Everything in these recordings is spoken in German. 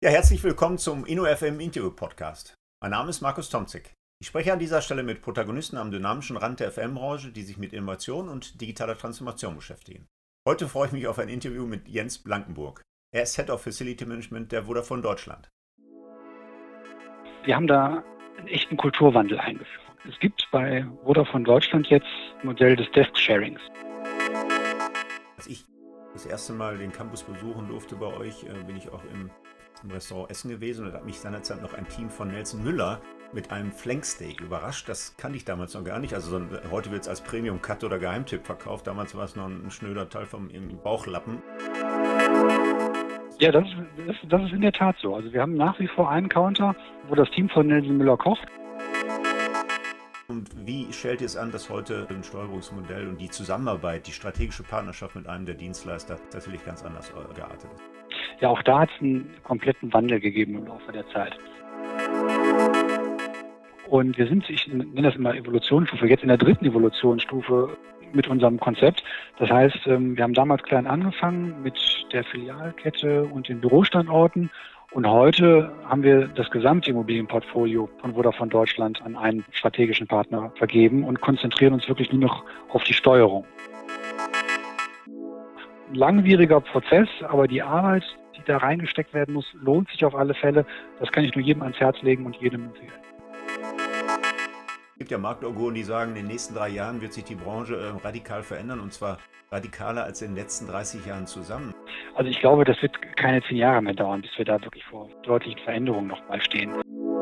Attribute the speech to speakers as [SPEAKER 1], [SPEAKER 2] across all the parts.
[SPEAKER 1] Ja, herzlich willkommen zum InnoFM Interview Podcast. Mein Name ist Markus Tomzig. Ich spreche an dieser Stelle mit Protagonisten am dynamischen Rand der FM-Branche, die sich mit Innovation und digitaler Transformation beschäftigen. Heute freue ich mich auf ein Interview mit Jens Blankenburg. Er ist Head of Facility Management der Vodafone Deutschland.
[SPEAKER 2] Wir haben da einen echten Kulturwandel eingeführt. Es gibt bei Vodafone Deutschland jetzt ein Modell des Desk-Sharings.
[SPEAKER 1] Als ich das erste Mal den Campus besuchen durfte bei euch, bin ich auch im Restaurant essen gewesen und hat mich seinerzeit noch ein Team von Nelson Müller mit einem Flanksteak überrascht. Das kannte ich damals noch gar nicht. Also heute wird es als Premium-Cut oder Geheimtipp verkauft. Damals war es noch ein schnöder Teil vom Bauchlappen.
[SPEAKER 2] Ja, das ist in der Tat so. Also wir haben nach wie vor einen Counter, wo das Team von Nelson Müller kocht.
[SPEAKER 1] Und wie stellt ihr es an, dass heute ein Steuerungsmodell und die Zusammenarbeit, die strategische Partnerschaft mit einem der Dienstleister tatsächlich ganz anders geartet ist?
[SPEAKER 2] Ja, auch da hat es einen kompletten Wandel gegeben im Laufe der Zeit. Und wir sind, ich nenne das immer Evolutionsstufe, jetzt in der dritten Evolutionsstufe mit unserem Konzept. Das heißt, wir haben damals klein angefangen mit der Filialkette und den Bürostandorten. Und heute haben wir das gesamte Immobilienportfolio von Vodafone Deutschland an einen strategischen Partner vergeben und konzentrieren uns wirklich nur noch auf die Steuerung. Ein langwieriger Prozess, aber die Arbeit, die da reingesteckt werden muss, lohnt sich auf alle Fälle. Das kann ich nur jedem ans Herz legen und jedem empfehlen.
[SPEAKER 1] Es gibt ja Marktauguren, die sagen, in den nächsten 3 Jahren wird sich die Branche radikal verändern, und zwar radikaler als in den letzten 30 Jahren zusammen.
[SPEAKER 2] Also ich glaube, das wird keine 10 Jahre mehr dauern, bis wir da wirklich vor deutlichen Veränderungen nochmal stehen.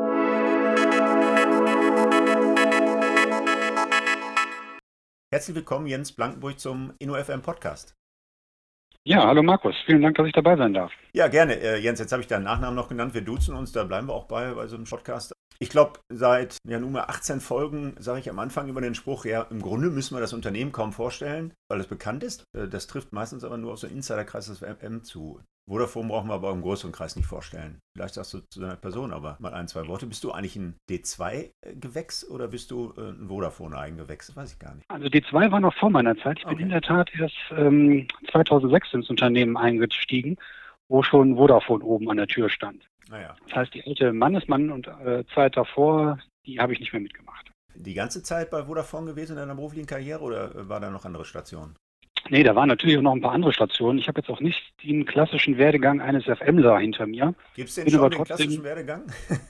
[SPEAKER 1] Herzlich willkommen, Jens Blankenburg, zum InnoFM Podcast.
[SPEAKER 2] Ja, hallo Markus, vielen Dank, dass ich dabei sein darf.
[SPEAKER 1] Ja, gerne. Jens, jetzt habe ich deinen Nachnamen noch genannt. Wir duzen uns, da bleiben wir auch bei so einem Podcast. Ich glaube, seit nunmehr 18 Folgen sage ich am Anfang immer den Spruch, ja, im Grunde müssen wir das Unternehmen kaum vorstellen, weil es bekannt ist. Das trifft meistens aber nur auf so einen Insiderkreis des FM zu. Vodafone brauchen wir aber im größeren Kreis nicht vorstellen. Vielleicht sagst du zu deiner Person aber mal 1, 2 Worte. Bist du eigentlich ein D2-Gewächs oder bist du ein Vodafone-Eigengewächs? Weiß ich gar nicht.
[SPEAKER 2] Also D2 war noch vor meiner Zeit. Ich bin in der Tat erst 2006 ins Unternehmen eingestiegen, wo schon Vodafone oben an der Tür stand.
[SPEAKER 1] Naja.
[SPEAKER 2] Das heißt, die alte Mannesmann und Zeit davor, die habe ich nicht mehr mitgemacht.
[SPEAKER 1] Die ganze Zeit bei Vodafone gewesen in deiner beruflichen Karriere oder war da noch andere Stationen?
[SPEAKER 2] Nee, da waren natürlich auch noch ein paar andere Stationen. Ich habe jetzt auch nicht den klassischen Werdegang eines FMler hinter mir.
[SPEAKER 1] Gibt es denn schon den klassischen Werdegang?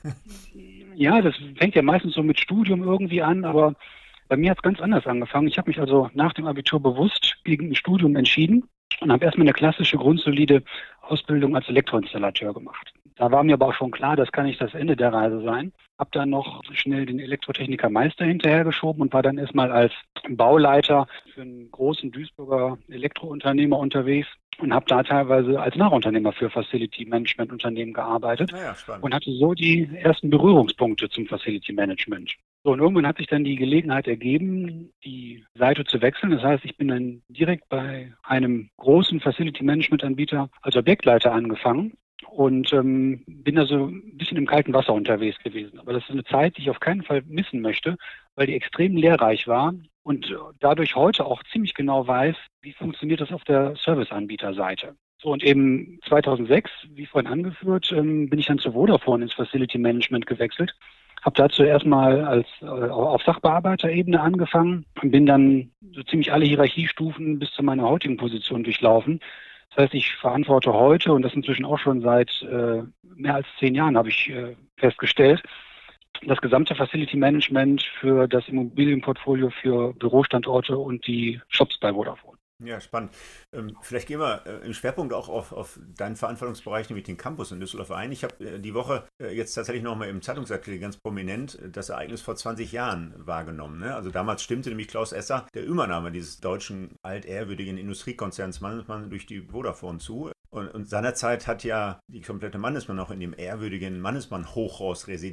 [SPEAKER 2] Ja, das fängt ja meistens so mit Studium irgendwie an, aber bei mir hat es ganz anders angefangen. Ich habe mich also nach dem Abitur bewusst gegen ein Studium entschieden und habe erstmal eine klassische, grundsolide Ausbildung als Elektroinstallateur gemacht. Da war mir aber auch schon klar, das kann nicht das Ende der Reise sein. Habe dann noch schnell den Elektrotechniker-Meister hinterhergeschoben und war dann erstmal als Bauleiter für einen großen Duisburger Elektrounternehmer unterwegs und habe da teilweise als Nachunternehmer für Facility Management Unternehmen gearbeitet.
[SPEAKER 1] Ja, spannend.
[SPEAKER 2] Und hatte so die ersten Berührungspunkte zum Facility Management. So, und irgendwann hat sich dann die Gelegenheit ergeben, die Seite zu wechseln. Das heißt, ich bin dann direkt bei einem großen Facility Management Anbieter als Objektleiter angefangen. Und bin da so ein bisschen im kalten Wasser unterwegs gewesen. Aber das ist eine Zeit, die ich auf keinen Fall missen möchte, weil die extrem lehrreich war und dadurch heute auch ziemlich genau weiß, wie funktioniert das auf der Serviceanbieterseite. So, und eben 2006, wie vorhin angeführt, bin ich dann zu Vodafone ins Facility Management gewechselt. Habe dazu erstmal auf Sachbearbeiterebene angefangen und bin dann so ziemlich alle Hierarchiestufen bis zu meiner heutigen Position durchlaufen. Das heißt, ich verantworte heute, und das inzwischen auch schon seit mehr als 10 Jahren, habe ich festgestellt, das gesamte Facility Management für das Immobilienportfolio für Bürostandorte und die Shops bei Vodafone.
[SPEAKER 1] Ja, spannend. Vielleicht gehen wir im Schwerpunkt auch auf deinen Verantwortungsbereich, nämlich den Campus in Düsseldorf ein. Ich habe die Woche jetzt tatsächlich nochmal im Zeitungsartikel ganz prominent das Ereignis vor 20 Jahren wahrgenommen. Ne? Also damals stimmte nämlich Klaus Esser der Übernahme dieses deutschen altehrwürdigen Industriekonzerns Mannesmann durch die Vodafone zu. Und seinerzeit hat ja die komplette Mannesmann auch in dem ehrwürdigen Mannesmann-Hochhaus residiert.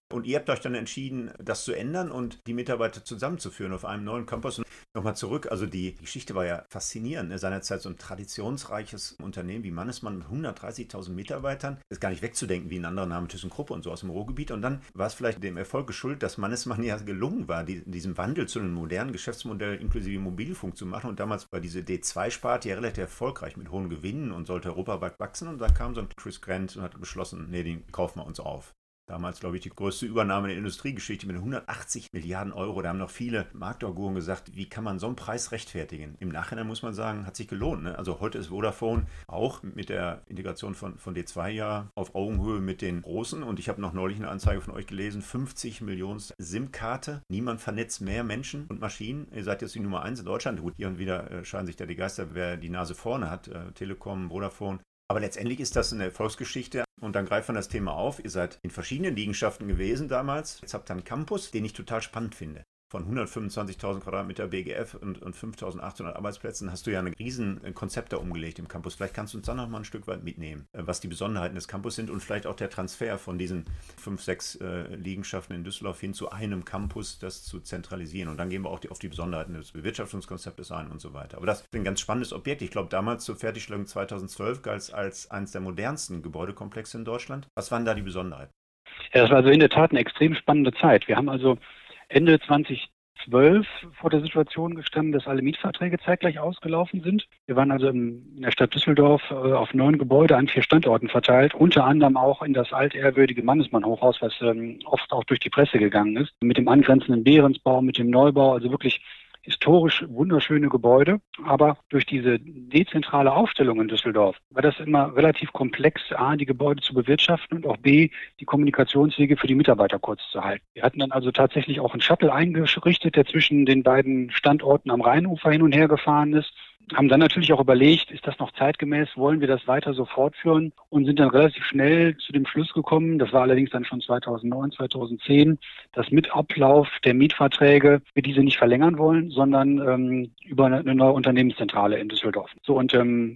[SPEAKER 1] Und ihr habt euch dann entschieden, das zu ändern und die Mitarbeiter zusammenzuführen auf einem neuen Campus. Und nochmal zurück, also die Geschichte war ja faszinierend. Seinerzeit so ein traditionsreiches Unternehmen wie Mannesmann mit 130.000 Mitarbeitern. Das ist gar nicht wegzudenken wie ein anderer Name, ThyssenKrupp und so aus dem Ruhrgebiet. Und dann war es vielleicht dem Erfolg geschuldet, dass Mannesmann ja gelungen war, diesen Wandel zu einem modernen Geschäftsmodell inklusive Mobilfunk zu machen. Und damals war diese D2-Sparte ja relativ erfolgreich mit hohen Gewinnen und sollte europaweit wachsen. Und dann kam so ein Chris Grant und hat beschlossen, nee, den kaufen wir uns auf. Damals, glaube ich, die größte Übernahme in der Industriegeschichte mit 180 Milliarden Euro. Da haben noch viele Marktauguren gesagt, wie kann man so einen Preis rechtfertigen? Im Nachhinein muss man sagen, hat sich gelohnt. Ne? Also heute ist Vodafone auch mit der Integration von D2 ja auf Augenhöhe mit den Großen. Und ich habe noch neulich eine Anzeige von euch gelesen, 50 Millionen SIM-Karte. Niemand vernetzt mehr Menschen und Maschinen. Ihr seid jetzt die Nummer 1 in Deutschland. Gut, hier und wieder scheinen sich da die Geister, wer die Nase vorne hat. Telekom, Vodafone. Aber letztendlich ist das eine Erfolgsgeschichte und dann greift man das Thema auf. Ihr seid in verschiedenen Liegenschaften gewesen damals. Jetzt habt ihr einen Campus, den ich total spannend finde. Von 125.000 Quadratmeter BGF und 5.800 Arbeitsplätzen hast du ja ein riesen Konzept da umgelegt im Campus. Vielleicht kannst du uns da noch mal ein Stück weit mitnehmen, was die Besonderheiten des Campus sind und vielleicht auch der Transfer von diesen 5, 6 Liegenschaften in Düsseldorf hin zu einem Campus, das zu zentralisieren. Und dann gehen wir auch auf die Besonderheiten des Bewirtschaftungskonzeptes ein und so weiter. Aber das ist ein ganz spannendes Objekt. Ich glaube, damals zur Fertigstellung 2012 galt es als eines der modernsten Gebäudekomplexe in Deutschland. Was waren da die Besonderheiten?
[SPEAKER 2] Ja, das war also in der Tat eine extrem spannende Zeit. Wir haben also Ende 2012 vor der Situation gestanden, dass alle Mietverträge zeitgleich ausgelaufen sind. Wir waren also in der Stadt Düsseldorf auf 9 Gebäude an 4 Standorten verteilt, unter anderem auch in das altehrwürdige Mannesmann-Hochhaus, was oft auch durch die Presse gegangen ist, mit dem angrenzenden Behrensbau, mit dem Neubau, also wirklich historisch wunderschöne Gebäude, aber durch diese dezentrale Aufstellung in Düsseldorf war das immer relativ komplex, A, die Gebäude zu bewirtschaften und auch B, die Kommunikationswege für die Mitarbeiter kurz zu halten. Wir hatten dann also tatsächlich auch einen Shuttle eingerichtet, der zwischen den beiden Standorten am Rheinufer hin und her gefahren ist. Haben dann natürlich auch überlegt, ist das noch zeitgemäß, wollen wir das weiter so fortführen und sind dann relativ schnell zu dem Schluss gekommen, das war allerdings dann schon 2009, 2010, dass mit Ablauf der Mietverträge wir diese nicht verlängern wollen, sondern über eine neue Unternehmenszentrale in Düsseldorf. So und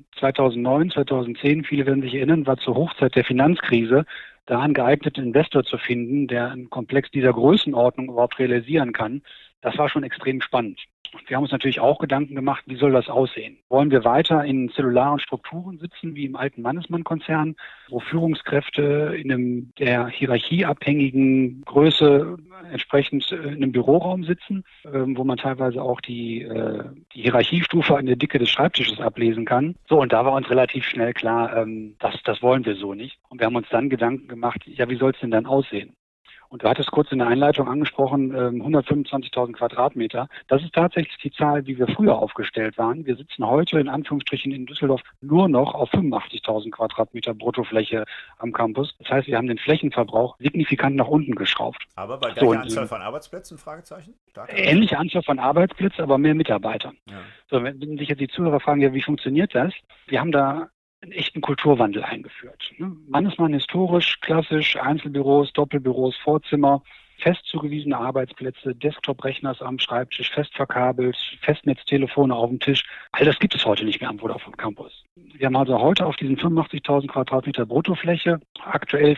[SPEAKER 2] 2009, 2010, viele werden sich erinnern, war zur Hochzeit der Finanzkrise, da einen geeigneten Investor zu finden, der einen Komplex dieser Größenordnung überhaupt realisieren kann. Das war schon extrem spannend. Und wir haben uns natürlich auch Gedanken gemacht, wie soll das aussehen? Wollen wir weiter in zellularen Strukturen sitzen, wie im alten Mannesmann-Konzern, wo Führungskräfte in einem der hierarchieabhängigen Größe entsprechend in einem Büroraum sitzen, wo man teilweise auch die Hierarchiestufe an der Dicke des Schreibtisches ablesen kann. So, und da war uns relativ schnell klar, das wollen wir so nicht. Und wir haben uns dann Gedanken gemacht, ja, wie soll es denn dann aussehen? Und du hattest kurz in der Einleitung angesprochen, 125.000 Quadratmeter. Das ist tatsächlich die Zahl, wie wir früher aufgestellt waren. Wir sitzen heute in Anführungsstrichen in Düsseldorf nur noch auf 85.000 Quadratmeter Bruttofläche am Campus. Das heißt, wir haben den Flächenverbrauch signifikant nach unten geschraubt.
[SPEAKER 1] Aber bei gleicher Anzahl von Arbeitsplätzen? Fragezeichen?
[SPEAKER 2] Ähnliche Anzahl von Arbeitsplätzen, aber mehr Mitarbeiter. Ja. So, wenn sich jetzt die Zuhörer fragen, ja, wie funktioniert das? Wir haben da einen echten Kulturwandel eingeführt. Mannesmann historisch, klassisch, Einzelbüros, Doppelbüros, Vorzimmer, fest zugewiesene Arbeitsplätze, Desktop-Rechners am Schreibtisch, fest verkabelt, Festnetztelefone auf dem Tisch. All das gibt es heute nicht mehr am Vodafone Campus. Wir haben also heute auf diesen 85.000 Quadratmeter Bruttofläche aktuell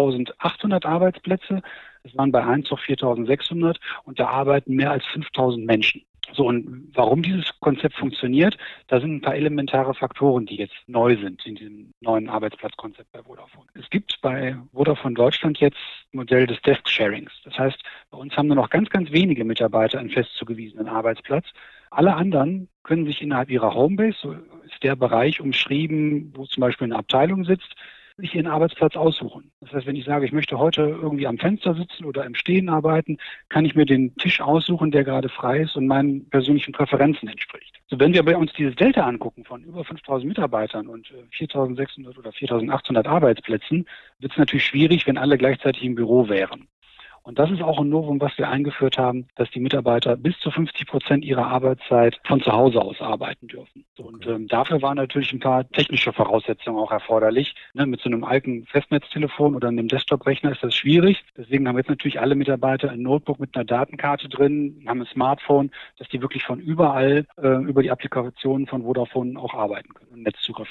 [SPEAKER 2] 4.800 Arbeitsplätze. Es waren bei Einzug 4.600 und da arbeiten mehr als 5.000 Menschen. So, und warum dieses Konzept funktioniert, da sind ein paar elementare Faktoren, die jetzt neu sind in diesem neuen Arbeitsplatzkonzept bei Vodafone. Es gibt bei Vodafone Deutschland jetzt ein Modell des Desk-Sharings. Das heißt, bei uns haben nur noch ganz, ganz wenige Mitarbeiter einen fest zugewiesenen Arbeitsplatz. Alle anderen können sich innerhalb ihrer Homebase, so ist der Bereich umschrieben, wo zum Beispiel eine Abteilung sitzt, sich ihren Arbeitsplatz aussuchen. Das heißt, wenn ich sage, ich möchte heute irgendwie am Fenster sitzen oder im Stehen arbeiten, kann ich mir den Tisch aussuchen, der gerade frei ist und meinen persönlichen Präferenzen entspricht. So, wenn wir bei uns dieses Delta angucken von über 5.000 Mitarbeitern und 4.600 oder 4.800 Arbeitsplätzen, wird es natürlich schwierig, wenn alle gleichzeitig im Büro wären. Und das ist auch ein Novum, was wir eingeführt haben, dass die Mitarbeiter bis zu 50% ihrer Arbeitszeit von zu Hause aus arbeiten dürfen. Und dafür waren natürlich ein paar technische Voraussetzungen auch erforderlich. Mit so einem alten Festnetztelefon oder einem Desktop-Rechner ist das schwierig. Deswegen haben jetzt natürlich alle Mitarbeiter ein Notebook mit einer Datenkarte drin, haben ein Smartphone, dass die wirklich von überall über die Applikationen von Vodafone auch arbeiten können und Netzzugriff haben.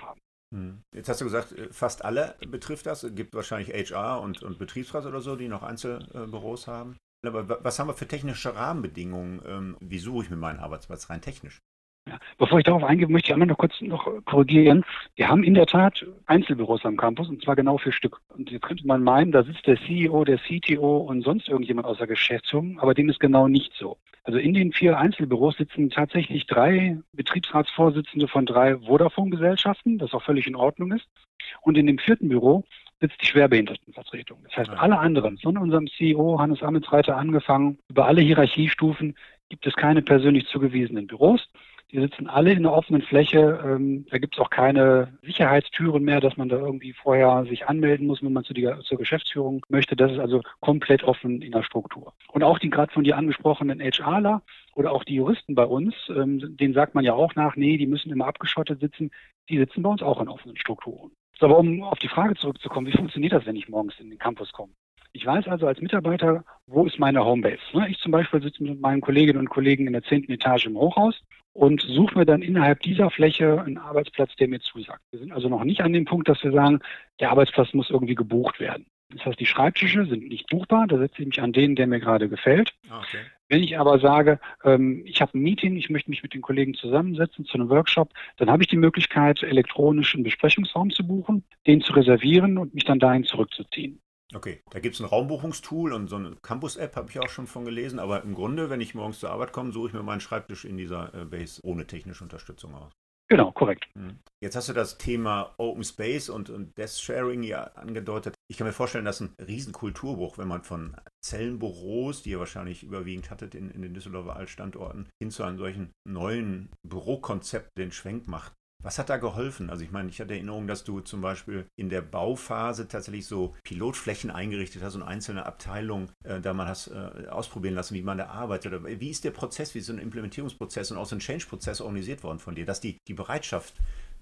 [SPEAKER 1] Jetzt hast du gesagt, fast alle betrifft das. Es gibt wahrscheinlich HR und Betriebsrat oder so, die noch Einzelbüros haben. Aber was haben wir für technische Rahmenbedingungen? Wie suche ich mir meinen Arbeitsplatz rein technisch?
[SPEAKER 2] Ja. Bevor ich darauf eingehe, möchte ich einmal noch kurz korrigieren. Wir haben in der Tat Einzelbüros am Campus, und zwar genau 4 Stück. Und jetzt könnte man meinen, da sitzt der CEO, der CTO und sonst irgendjemand aus der Geschäftsführung, aber dem ist genau nicht so. Also in den 4 Einzelbüros sitzen tatsächlich 3 Betriebsratsvorsitzende von 3 Vodafone-Gesellschaften, das auch völlig in Ordnung ist. Und in dem 4. Büro sitzt die Schwerbehindertenvertretung. Das heißt, alle anderen, von unserem CEO Hannes Ametsreiter angefangen, über alle Hierarchiestufen gibt es keine persönlich zugewiesenen Büros. Die sitzen alle in einer offenen Fläche. Da gibt es auch keine Sicherheitstüren mehr, dass man da irgendwie vorher sich anmelden muss, wenn man zur Geschäftsführung möchte. Das ist also komplett offen in der Struktur. Und auch die gerade von dir angesprochenen HRler oder auch die Juristen bei uns, denen sagt man ja auch nach, nee, die müssen immer abgeschottet sitzen. Die sitzen bei uns auch in offenen Strukturen. So, aber um auf die Frage zurückzukommen, wie funktioniert das, wenn ich morgens in den Campus komme? Ich weiß also als Mitarbeiter, wo ist meine Homebase? Ich zum Beispiel sitze mit meinen Kolleginnen und Kollegen in der 10. Etage im Hochhaus und suche mir dann innerhalb dieser Fläche einen Arbeitsplatz, der mir zusagt. Wir sind also noch nicht an dem Punkt, dass wir sagen, der Arbeitsplatz muss irgendwie gebucht werden. Das heißt, die Schreibtische sind nicht buchbar, da setze ich mich an den, der mir gerade gefällt. Okay. Wenn ich aber sage, ich habe ein Meeting, ich möchte mich mit den Kollegen zusammensetzen zu einem Workshop, dann habe ich die Möglichkeit, elektronisch einen Besprechungsraum zu buchen, den zu reservieren und mich dann dahin zurückzuziehen.
[SPEAKER 1] Okay, da gibt es ein Raumbuchungstool und so eine Campus-App, habe ich auch schon von gelesen. Aber im Grunde, wenn ich morgens zur Arbeit komme, suche ich mir meinen Schreibtisch in dieser Base ohne technische Unterstützung aus.
[SPEAKER 2] Genau, korrekt.
[SPEAKER 1] Jetzt hast du das Thema Open Space und Desk Sharing ja angedeutet. Ich kann mir vorstellen, dass ein Riesenkulturbruch, wenn man von Zellenbüros, die ihr wahrscheinlich überwiegend hattet in den Düsseldorfer Altstandorten, hin zu einem solchen neuen Bürokonzept den Schwenk macht. Was hat da geholfen? Also ich meine, ich hatte Erinnerung, dass du zum Beispiel in der Bauphase tatsächlich so Pilotflächen eingerichtet hast und einzelne Abteilungen da mal hast ausprobieren lassen, wie man da arbeitet. Wie ist der Prozess, wie ist so ein Implementierungsprozess und auch so ein Change-Prozess organisiert worden von dir, dass die Bereitschaft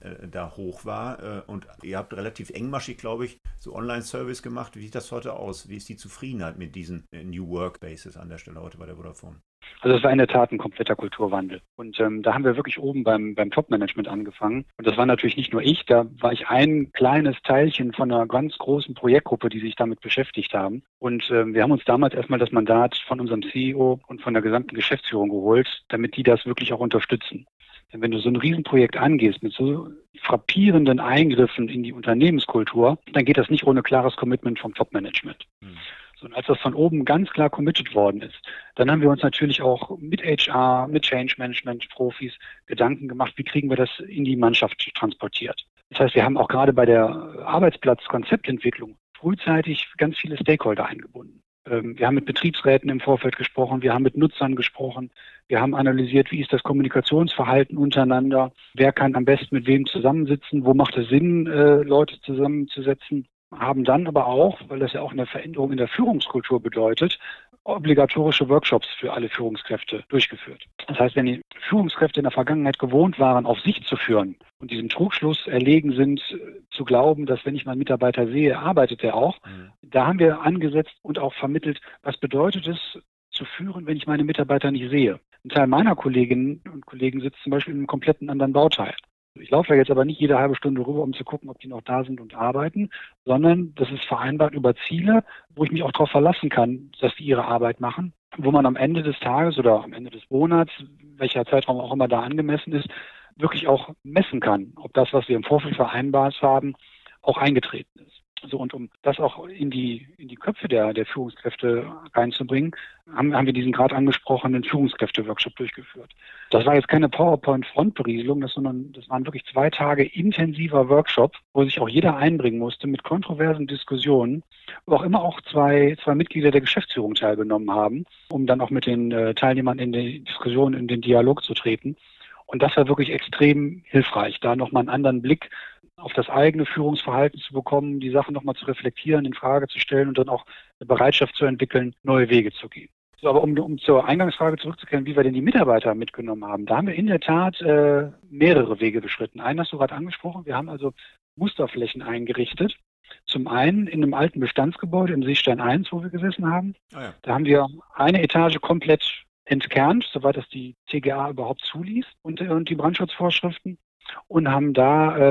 [SPEAKER 1] da hoch war und ihr habt relativ engmaschig, glaube ich, so Online-Service gemacht. Wie sieht das heute aus? Wie ist die Zufriedenheit mit diesen New Workbases an der Stelle heute bei der Vodafone?
[SPEAKER 2] Also es war in der Tat ein kompletter Kulturwandel. Und da haben wir wirklich oben beim Top-Management angefangen. Und das war natürlich nicht nur ich, da war ich ein kleines Teilchen von einer ganz großen Projektgruppe, die sich damit beschäftigt haben. Und wir haben uns damals erstmal das Mandat von unserem CEO und von der gesamten Geschäftsführung geholt, damit die das wirklich auch unterstützen. Denn wenn du so ein Riesenprojekt angehst mit so frappierenden Eingriffen in die Unternehmenskultur, dann geht das nicht ohne klares Commitment vom Top-Management. So, und als das von oben ganz klar committed worden ist, dann haben wir uns natürlich auch mit HR, mit Change Management Profis Gedanken gemacht, wie kriegen wir das in die Mannschaft transportiert. Das heißt, wir haben auch gerade bei der Arbeitsplatzkonzeptentwicklung frühzeitig ganz viele Stakeholder eingebunden. Wir haben mit Betriebsräten im Vorfeld gesprochen, wir haben mit Nutzern gesprochen, wir haben analysiert, wie ist das Kommunikationsverhalten untereinander, wer kann am besten mit wem zusammensitzen, wo macht es Sinn, Leute zusammenzusetzen. Haben dann aber auch, weil das ja auch eine Veränderung in der Führungskultur bedeutet, obligatorische Workshops für alle Führungskräfte durchgeführt. Das heißt, wenn die Führungskräfte in der Vergangenheit gewohnt waren, auf sich zu führen und diesem Trugschluss erlegen sind, zu glauben, dass wenn ich meinen Mitarbeiter sehe, arbeitet er auch, da haben wir angesetzt und auch vermittelt, was bedeutet es, zu führen, wenn ich meine Mitarbeiter nicht sehe. Ein Teil meiner Kolleginnen und Kollegen sitzt zum Beispiel in einem kompletten anderen Bauteil. Ich laufe ja jetzt aber nicht jede halbe Stunde rüber, um zu gucken, ob die noch da sind und arbeiten, sondern das ist vereinbart über Ziele, wo ich mich auch darauf verlassen kann, dass die ihre Arbeit machen, wo man am Ende des Tages oder am Ende des Monats, welcher Zeitraum auch immer da angemessen ist, wirklich auch messen kann, ob das, was wir im Vorfeld vereinbart haben, auch eingetreten ist. So, und um das auch in die Köpfe der Führungskräfte reinzubringen, haben wir diesen gerade angesprochenen Führungskräfte-Workshop durchgeführt. Das war jetzt keine PowerPoint-Frontberieselung, sondern das waren wirklich 2 Tage intensiver Workshop, wo sich auch jeder einbringen musste mit kontroversen Diskussionen, wo auch immer auch zwei Mitglieder der Geschäftsführung teilgenommen haben, um dann auch mit den Teilnehmern in die Diskussion, in den Dialog zu treten. Und das war wirklich extrem hilfreich, da nochmal einen anderen Blick auf das eigene Führungsverhalten zu bekommen, die Sachen nochmal zu reflektieren, in Frage zu stellen und dann auch eine Bereitschaft zu entwickeln, neue Wege zu gehen. So, aber um zur Eingangsfrage zurückzukehren, wie wir denn die Mitarbeiter mitgenommen haben, da haben wir in der Tat mehrere Wege beschritten. Einen hast du gerade angesprochen, wir haben also Musterflächen eingerichtet. Zum einen in einem alten Bestandsgebäude im Seestein 1, wo wir gesessen haben. Oh ja. Da haben wir eine Etage komplett entkernt, soweit das die TGA überhaupt zuließ und die Brandschutzvorschriften, und haben da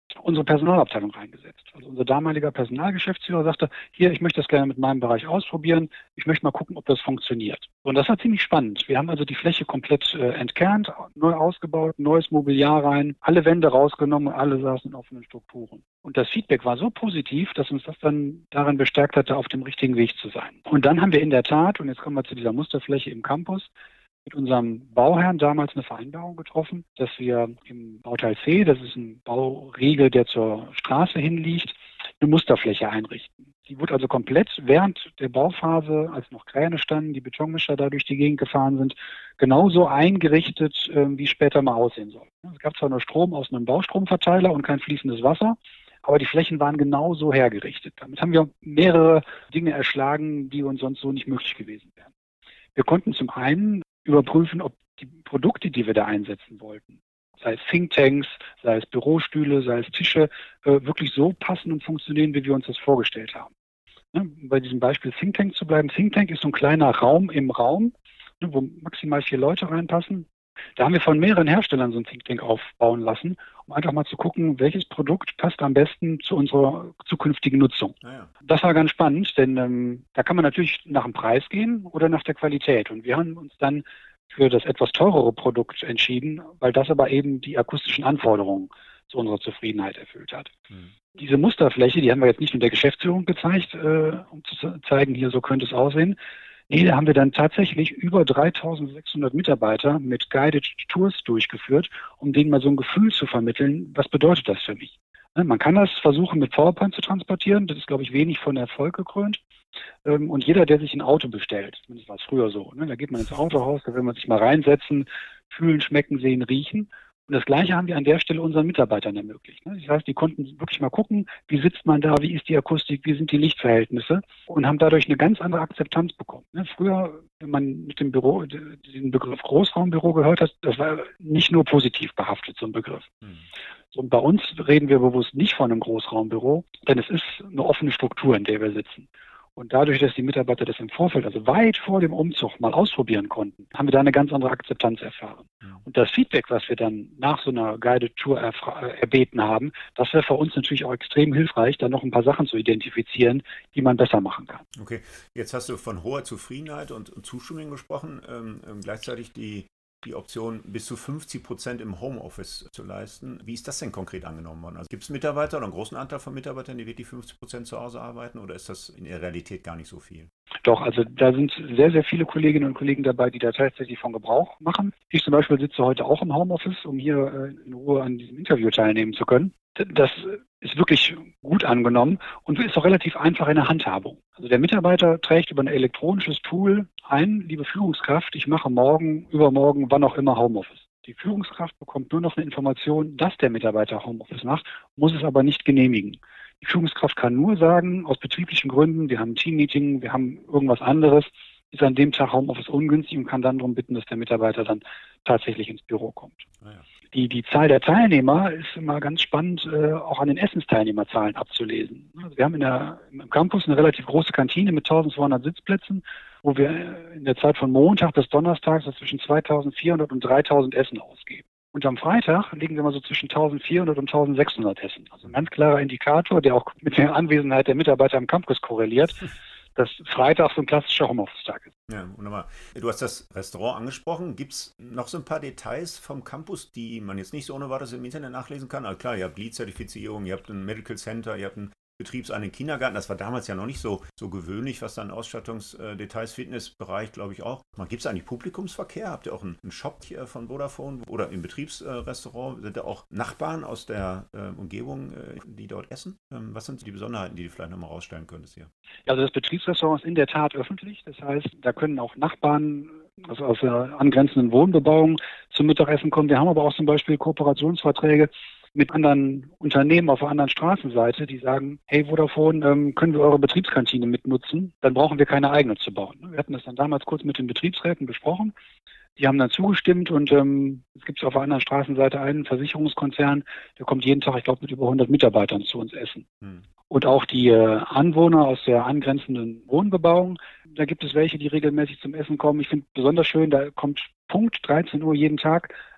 [SPEAKER 2] unsere Personalabteilung reingesetzt. Also unser damaliger Personalgeschäftsführer sagte, hier, ich möchte das gerne mit meinem Bereich ausprobieren. Ich möchte mal gucken, ob das funktioniert. Und das war ziemlich spannend. Wir haben also die Fläche komplett entkernt, neu ausgebaut, neues Mobiliar rein, alle Wände rausgenommen und alle saßen in offenen Strukturen. Und das Feedback war so positiv, dass uns das dann darin bestärkt hatte, auf dem richtigen Weg zu sein. Und dann haben wir in der Tat, und jetzt kommen wir zu dieser Musterfläche im Campus, mit unserem Bauherrn damals eine Vereinbarung getroffen, dass wir im Bauteil C, das ist ein Bauriegel, der zur Straße hinliegt, eine Musterfläche einrichten. Die wurde also komplett während der Bauphase, als noch Kräne standen, die Betonmischer da durch die Gegend gefahren sind, genauso eingerichtet, wie später mal aussehen soll. Es gab zwar nur Strom aus einem Baustromverteiler und kein fließendes Wasser, aber die Flächen waren genauso hergerichtet. Damit haben wir mehrere Dinge erschlagen, die uns sonst so nicht möglich gewesen wären. Wir konnten zum einen überprüfen, ob die Produkte, die wir da einsetzen wollten, sei es Thinktanks, sei es Bürostühle, sei es Tische, wirklich so passen und funktionieren, wie wir uns das vorgestellt haben. Bei diesem Beispiel Thinktank zu bleiben. Thinktank ist so ein kleiner Raum im Raum, wo maximal 4 Leute reinpassen. Da haben wir von mehreren Herstellern so ein Think Tank aufbauen lassen, um einfach mal zu gucken, welches Produkt passt am besten zu unserer zukünftigen Nutzung. Ja. Das war ganz spannend, denn da kann man natürlich nach dem Preis gehen oder nach der Qualität. Und wir haben uns dann für das etwas teurere Produkt entschieden, weil das aber eben die akustischen Anforderungen zu unserer Zufriedenheit erfüllt hat. Diese Musterfläche, die haben wir jetzt nicht nur der Geschäftsführung gezeigt, um zu zeigen, hier so könnte es aussehen. Nee, da haben wir dann tatsächlich über 3.600 Mitarbeiter mit Guided Tours durchgeführt, um denen mal so ein Gefühl zu vermitteln, was bedeutet das für mich. Man kann das versuchen mit PowerPoint zu transportieren, das ist, glaube ich, wenig von Erfolg gekrönt. Und jeder, der sich ein Auto bestellt, zumindest war es früher so, da geht man ins Autohaus, da will man sich mal reinsetzen, fühlen, schmecken, sehen, riechen. Und das Gleiche haben wir an der Stelle unseren Mitarbeitern ermöglicht. Das heißt, die konnten wirklich mal gucken, wie sitzt man da, wie ist die Akustik, wie sind die Lichtverhältnisse und haben dadurch eine ganz andere Akzeptanz bekommen. Früher, wenn man mit dem Büro, diesen Begriff Großraumbüro gehört hat, das war nicht nur positiv behaftet, so ein Begriff. Und bei uns reden wir bewusst nicht von einem Großraumbüro, denn es ist eine offene Struktur, in der wir sitzen. Und dadurch, dass die Mitarbeiter das im Vorfeld, also weit vor dem Umzug, mal ausprobieren konnten, haben wir da eine ganz andere Akzeptanz erfahren. Und das Feedback, was wir dann nach so einer Guided Tour erbeten haben, das wäre für uns natürlich auch extrem hilfreich, da noch ein paar Sachen zu identifizieren, die man besser machen kann.
[SPEAKER 1] Okay, jetzt hast du von hoher Zufriedenheit und Zustimmung gesprochen, gleichzeitig die Option, bis zu 50% im Homeoffice zu leisten. Wie ist das denn konkret angenommen worden? Also gibt es Mitarbeiter oder einen großen Anteil von Mitarbeitern, die wirklich 50% zu Hause arbeiten, oder ist das in der Realität gar nicht so viel?
[SPEAKER 2] Doch, also da sind sehr, sehr viele Kolleginnen und Kollegen dabei, die da tatsächlich von Gebrauch machen. Ich zum Beispiel sitze heute auch im Homeoffice, um hier in Ruhe an diesem Interview teilnehmen zu können. Das ist wirklich gut angenommen und ist auch relativ einfach in der Handhabung. Also der Mitarbeiter trägt über ein elektronisches Tool ein, liebe Führungskraft, ich mache morgen, übermorgen, wann auch immer Homeoffice. Die Führungskraft bekommt nur noch eine Information, dass der Mitarbeiter Homeoffice macht, muss es aber nicht genehmigen. Die Führungskraft kann nur sagen, aus betrieblichen Gründen, wir haben ein Teammeeting, wir haben irgendwas anderes, ist an dem Tag Homeoffice ungünstig und kann dann darum bitten, dass der Mitarbeiter dann tatsächlich ins Büro kommt. Ah ja. Die Zahl der Teilnehmer ist immer ganz spannend, auch an den Essensteilnehmerzahlen abzulesen. Also wir haben im Campus eine relativ große Kantine mit 1.200 Sitzplätzen, wo wir in der Zeit von Montag bis Donnerstag so zwischen 2.400 und 3.000 Essen ausgeben. Und am Freitag liegen wir mal so zwischen 1.400 und 1.600 Essen. Also ein ganz klarer Indikator, der auch mit der Anwesenheit der Mitarbeiter am Campus korreliert, dass Freitag so ein klassischer Homeoffice-Tag ist.
[SPEAKER 1] Ja, wunderbar. Du hast das Restaurant angesprochen. Gibt es noch so ein paar Details vom Campus, die man jetzt nicht so ohne weiteres im Internet nachlesen kann? Also klar, ihr habt LEED-Zertifizierung, ihr habt ein Medical Center, ihr habt einen betriebseigenen Kindergarten. Das war damals ja noch nicht so gewöhnlich, was dann Ausstattungsdetails, Fitnessbereich, glaube ich auch. Gibt es eigentlich Publikumsverkehr? Habt ihr auch einen Shop hier von Vodafone oder im Betriebsrestaurant? Sind da auch Nachbarn aus der Umgebung, die dort essen? Was sind die Besonderheiten, die du vielleicht nochmal rausstellen könntest hier?
[SPEAKER 2] Also das Betriebsrestaurant ist in der Tat öffentlich. Das heißt, da können auch Nachbarn, also aus der angrenzenden Wohnbebauung, zum Mittagessen kommen. Wir haben aber auch zum Beispiel Kooperationsverträge mit anderen Unternehmen auf der anderen Straßenseite, die sagen, hey Vodafone, können wir eure Betriebskantine mitnutzen? Dann brauchen wir keine eigene zu bauen. Wir hatten das dann damals kurz mit den Betriebsräten besprochen. Die haben dann zugestimmt und es gibt auf der anderen Straßenseite einen Versicherungskonzern, der kommt jeden Tag, ich glaube, mit über 100 Mitarbeitern zu uns essen. Und auch die Anwohner aus der angrenzenden Wohnbebauung, da gibt es welche, die regelmäßig zum Essen kommen. Ich finde besonders schön, da kommt Punkt 13 Uhr jeden Tag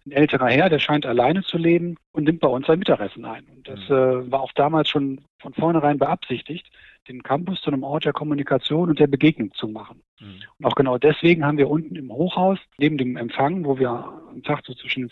[SPEAKER 2] ein älterer Herr, der scheint alleine zu leben und nimmt bei uns sein Mittagessen ein. Und das war auch damals schon von vornherein beabsichtigt, den Campus zu einem Ort der Kommunikation und der Begegnung zu machen. Und auch genau deswegen haben wir unten im Hochhaus, neben dem Empfang, wo wir am Tag so zwischen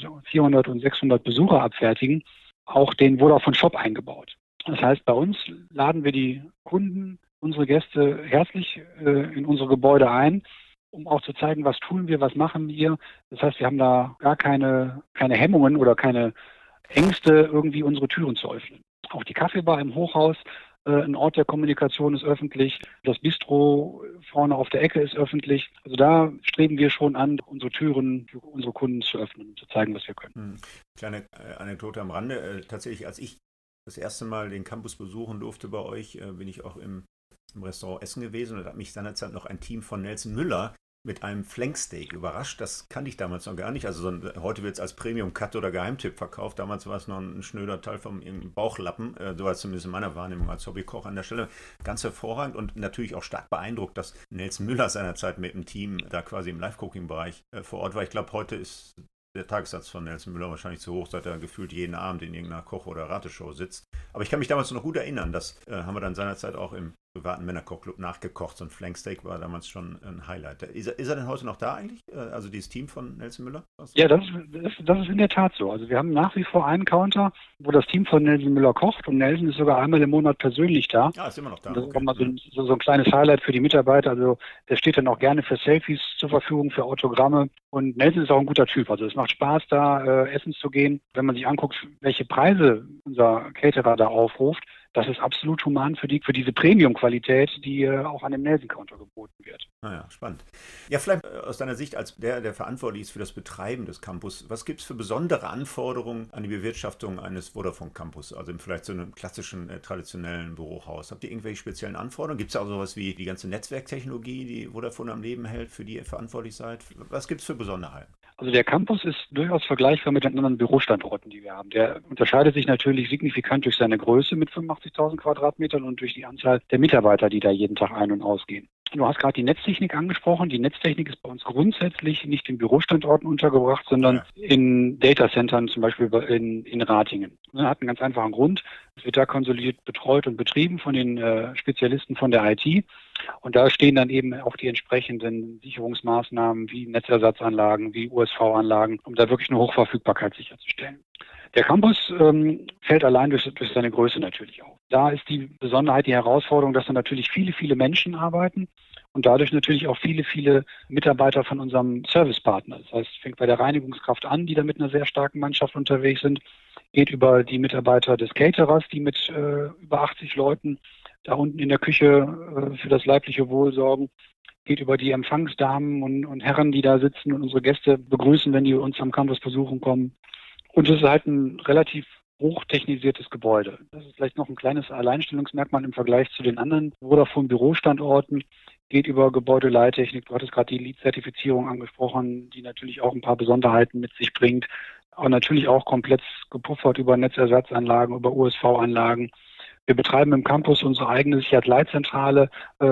[SPEAKER 2] 400 und 600 Besucher abfertigen, auch den Vodafone Shop eingebaut. Das heißt, bei uns laden wir die Kunden, unsere Gäste herzlich in unsere Gebäude ein, um auch zu zeigen, was tun wir, was machen wir. Das heißt, wir haben da gar keine Hemmungen oder keine Ängste, irgendwie unsere Türen zu öffnen. Auch die Kaffeebar im Hochhaus, ein Ort der Kommunikation, ist öffentlich. Das Bistro vorne auf der Ecke ist öffentlich. Also da streben wir schon an, unsere Türen für unsere Kunden zu öffnen und zu zeigen, was wir können.
[SPEAKER 1] Kleine Anekdote am Rande. Tatsächlich, als ich das erste Mal den Campus besuchen durfte bei euch, bin ich auch im Restaurant essen gewesen und da hat mich seinerzeit noch ein Team von Nelson Müller mit einem Flanksteak überrascht. Das kannte ich damals noch gar nicht. Also heute wird es als Premium-Cut oder Geheimtipp verkauft. Damals war es noch ein schnöder Teil vom Bauchlappen. So war es zumindest in meiner Wahrnehmung als Hobbykoch an der Stelle. Ganz hervorragend und natürlich auch stark beeindruckt, dass Nelson Müller seinerzeit mit dem Team da quasi im Live-Cooking-Bereich vor Ort war. Ich glaube, heute ist der Tagessatz von Nelson Müller wahrscheinlich zu hoch, seit er gefühlt jeden Abend in irgendeiner Koch- oder Rateshow sitzt. Aber ich kann mich damals noch gut erinnern, das haben wir dann seinerzeit auch im privaten Männerkochclub nachgekocht. So ein Flanksteak war damals schon ein Highlight. Ist er denn heute noch da eigentlich? Also dieses Team von Nelson Müller?
[SPEAKER 2] Ja, das ist in der Tat so. Also wir haben nach wie vor einen Counter, wo das Team von Nelson Müller kocht und Nelson ist sogar einmal im Monat persönlich da.
[SPEAKER 1] Ah, ist immer noch da.
[SPEAKER 2] Und das ist auch mal so ein kleines Highlight für die Mitarbeiter. Also der steht dann auch gerne für Selfies zur Verfügung, für Autogramme. Und Nelson ist auch ein guter Typ. Also es macht Spaß, da essen zu gehen. Wenn man sich anguckt, welche Preise unser Caterer da aufruft, das ist absolut human für diese Premium-Qualität, die auch an dem Nelson-Counter geboten wird.
[SPEAKER 1] Naja, spannend. Ja, vielleicht aus deiner Sicht als der verantwortlich ist für das Betreiben des Campus, was gibt es für besondere Anforderungen an die Bewirtschaftung eines Vodafone-Campus, also vielleicht zu einem klassischen, traditionellen Bürohaus? Habt ihr irgendwelche speziellen Anforderungen? Gibt es auch sowas wie die ganze Netzwerktechnologie, die Vodafone am Leben hält, für die ihr verantwortlich seid? Was gibt es für Besonderheiten?
[SPEAKER 2] Also der Campus ist durchaus vergleichbar mit den anderen Bürostandorten, die wir haben. Der unterscheidet sich natürlich signifikant durch seine Größe mit 85.000 Quadratmetern und durch die Anzahl der Mitarbeiter, die da jeden Tag ein- und ausgehen. Du hast gerade die Netztechnik angesprochen. Die Netztechnik ist bei uns grundsätzlich nicht in Bürostandorten untergebracht, sondern in Datacentern, zum Beispiel in Ratingen. Das hat einen ganz einfachen Grund. Es wird da konsolidiert betreut und betrieben von den Spezialisten von der IT. Und da stehen dann eben auch die entsprechenden Sicherungsmaßnahmen wie Netzersatzanlagen, wie USV-Anlagen, um da wirklich eine Hochverfügbarkeit sicherzustellen. Der Campus fällt allein durch seine Größe natürlich auf. Da ist die Besonderheit, die Herausforderung, dass da natürlich viele, viele Menschen arbeiten und dadurch natürlich auch viele, viele Mitarbeiter von unserem Servicepartner. Das heißt, es fängt bei der Reinigungskraft an, die da mit einer sehr starken Mannschaft unterwegs sind, geht über die Mitarbeiter des Caterers, die mit über 80 Leuten da unten in der Küche für das leibliche Wohl sorgen, geht über die Empfangsdamen und Herren, die da sitzen und unsere Gäste begrüßen, wenn die uns am Campus besuchen kommen. Und es ist halt ein relativ hochtechnisiertes Gebäude. Das ist vielleicht noch ein kleines Alleinstellungsmerkmal im Vergleich zu den anderen Vodafone-Bürostandorten. Geht über Gebäudeleittechnik. Du hattest gerade die LEED-Zertifizierung angesprochen, die natürlich auch ein paar Besonderheiten mit sich bringt. Aber natürlich auch komplett gepuffert über Netzersatzanlagen, über USV-Anlagen. Wir betreiben im Campus unsere eigene Sicherheitsleitzentrale,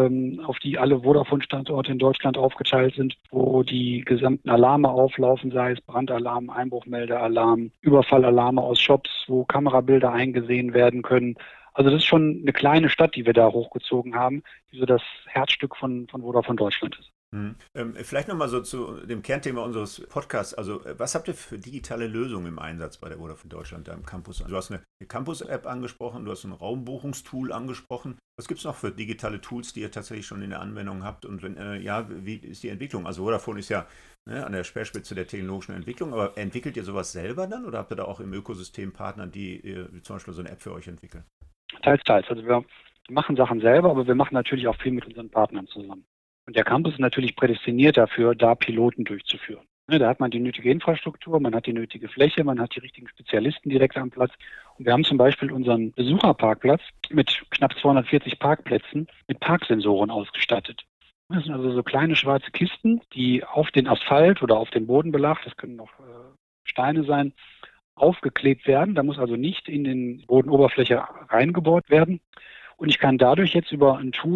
[SPEAKER 2] auf die alle Vodafone-Standorte in Deutschland aufgeteilt sind, wo die gesamten Alarme auflaufen, sei es Brandalarm, Einbruchmeldealarm, Überfallalarme aus Shops, wo Kamerabilder eingesehen werden können. Also das ist schon eine kleine Stadt, die wir da hochgezogen haben, die so das Herzstück von Vodafone Deutschland ist.
[SPEAKER 1] Vielleicht nochmal so zu dem Kernthema unseres Podcasts. Also was habt ihr für digitale Lösungen im Einsatz bei der Vodafone Deutschland da im Campus? Also, du hast eine Campus-App angesprochen, du hast ein Raumbuchungstool angesprochen. Was gibt es noch für digitale Tools, die ihr tatsächlich schon in der Anwendung habt? Und wenn wie ist die Entwicklung? Also Vodafone ist ja an der Speerspitze der technologischen Entwicklung, aber entwickelt ihr sowas selber dann oder habt ihr da auch im Ökosystem Partner, die zum Beispiel so eine App für euch entwickeln?
[SPEAKER 2] Teils. Also wir machen Sachen selber, aber wir machen natürlich auch viel mit unseren Partnern zusammen. Und der Campus ist natürlich prädestiniert dafür, da Piloten durchzuführen. Da hat man die nötige Infrastruktur, man hat die nötige Fläche, man hat die richtigen Spezialisten direkt am Platz. Und wir haben zum Beispiel unseren Besucherparkplatz mit knapp 240 Parkplätzen mit Parksensoren ausgestattet. Das sind also so kleine schwarze Kisten, die auf den Asphalt oder auf den Bodenbelag, das können auch Steine sein, aufgeklebt werden. Da muss also nicht in den Bodenoberfläche reingebohrt werden. Und ich kann dadurch jetzt über ein Tool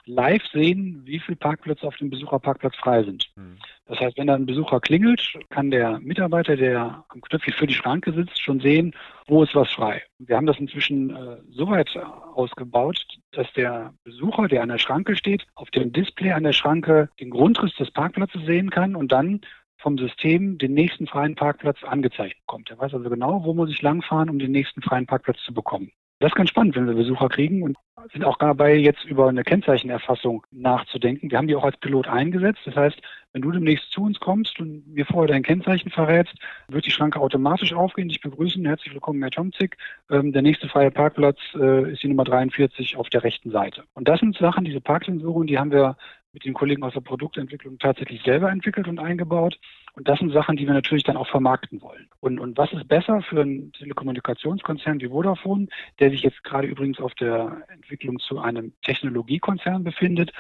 [SPEAKER 2] live sehen, wie viele Parkplätze auf dem Besucherparkplatz frei sind. Das heißt, wenn da ein Besucher klingelt, kann der Mitarbeiter, der am Knöpfchen für die Schranke sitzt, schon sehen, wo ist was frei. Wir haben das inzwischen so weit ausgebaut, dass der Besucher, der an der Schranke steht, auf dem Display an der Schranke den Grundriss des Parkplatzes sehen kann und dann vom System den nächsten freien Parkplatz angezeigt bekommt. Er weiß also genau, wo muss ich langfahren, um den nächsten freien Parkplatz zu bekommen. Das ist ganz spannend, wenn wir Besucher kriegen und sind auch dabei, jetzt über eine Kennzeichenerfassung nachzudenken. Wir haben die auch als Pilot eingesetzt. Das heißt, wenn du demnächst zu uns kommst und mir vorher dein Kennzeichen verrätst, wird die Schranke automatisch aufgehen, dich begrüßen. Herzlich willkommen, Herr Tomzig. Der nächste freie Parkplatz ist die Nummer 43 auf der rechten Seite. Und das sind Sachen, diese Parksensoren, die haben wir mit den Kollegen aus der Produktentwicklung tatsächlich selber entwickelt und eingebaut. Und das sind Sachen, die wir natürlich dann auch vermarkten wollen. Und was ist besser für einen Telekommunikationskonzern wie Vodafone, der sich jetzt gerade übrigens auf der Entwicklung zu einem Technologiekonzern befindet,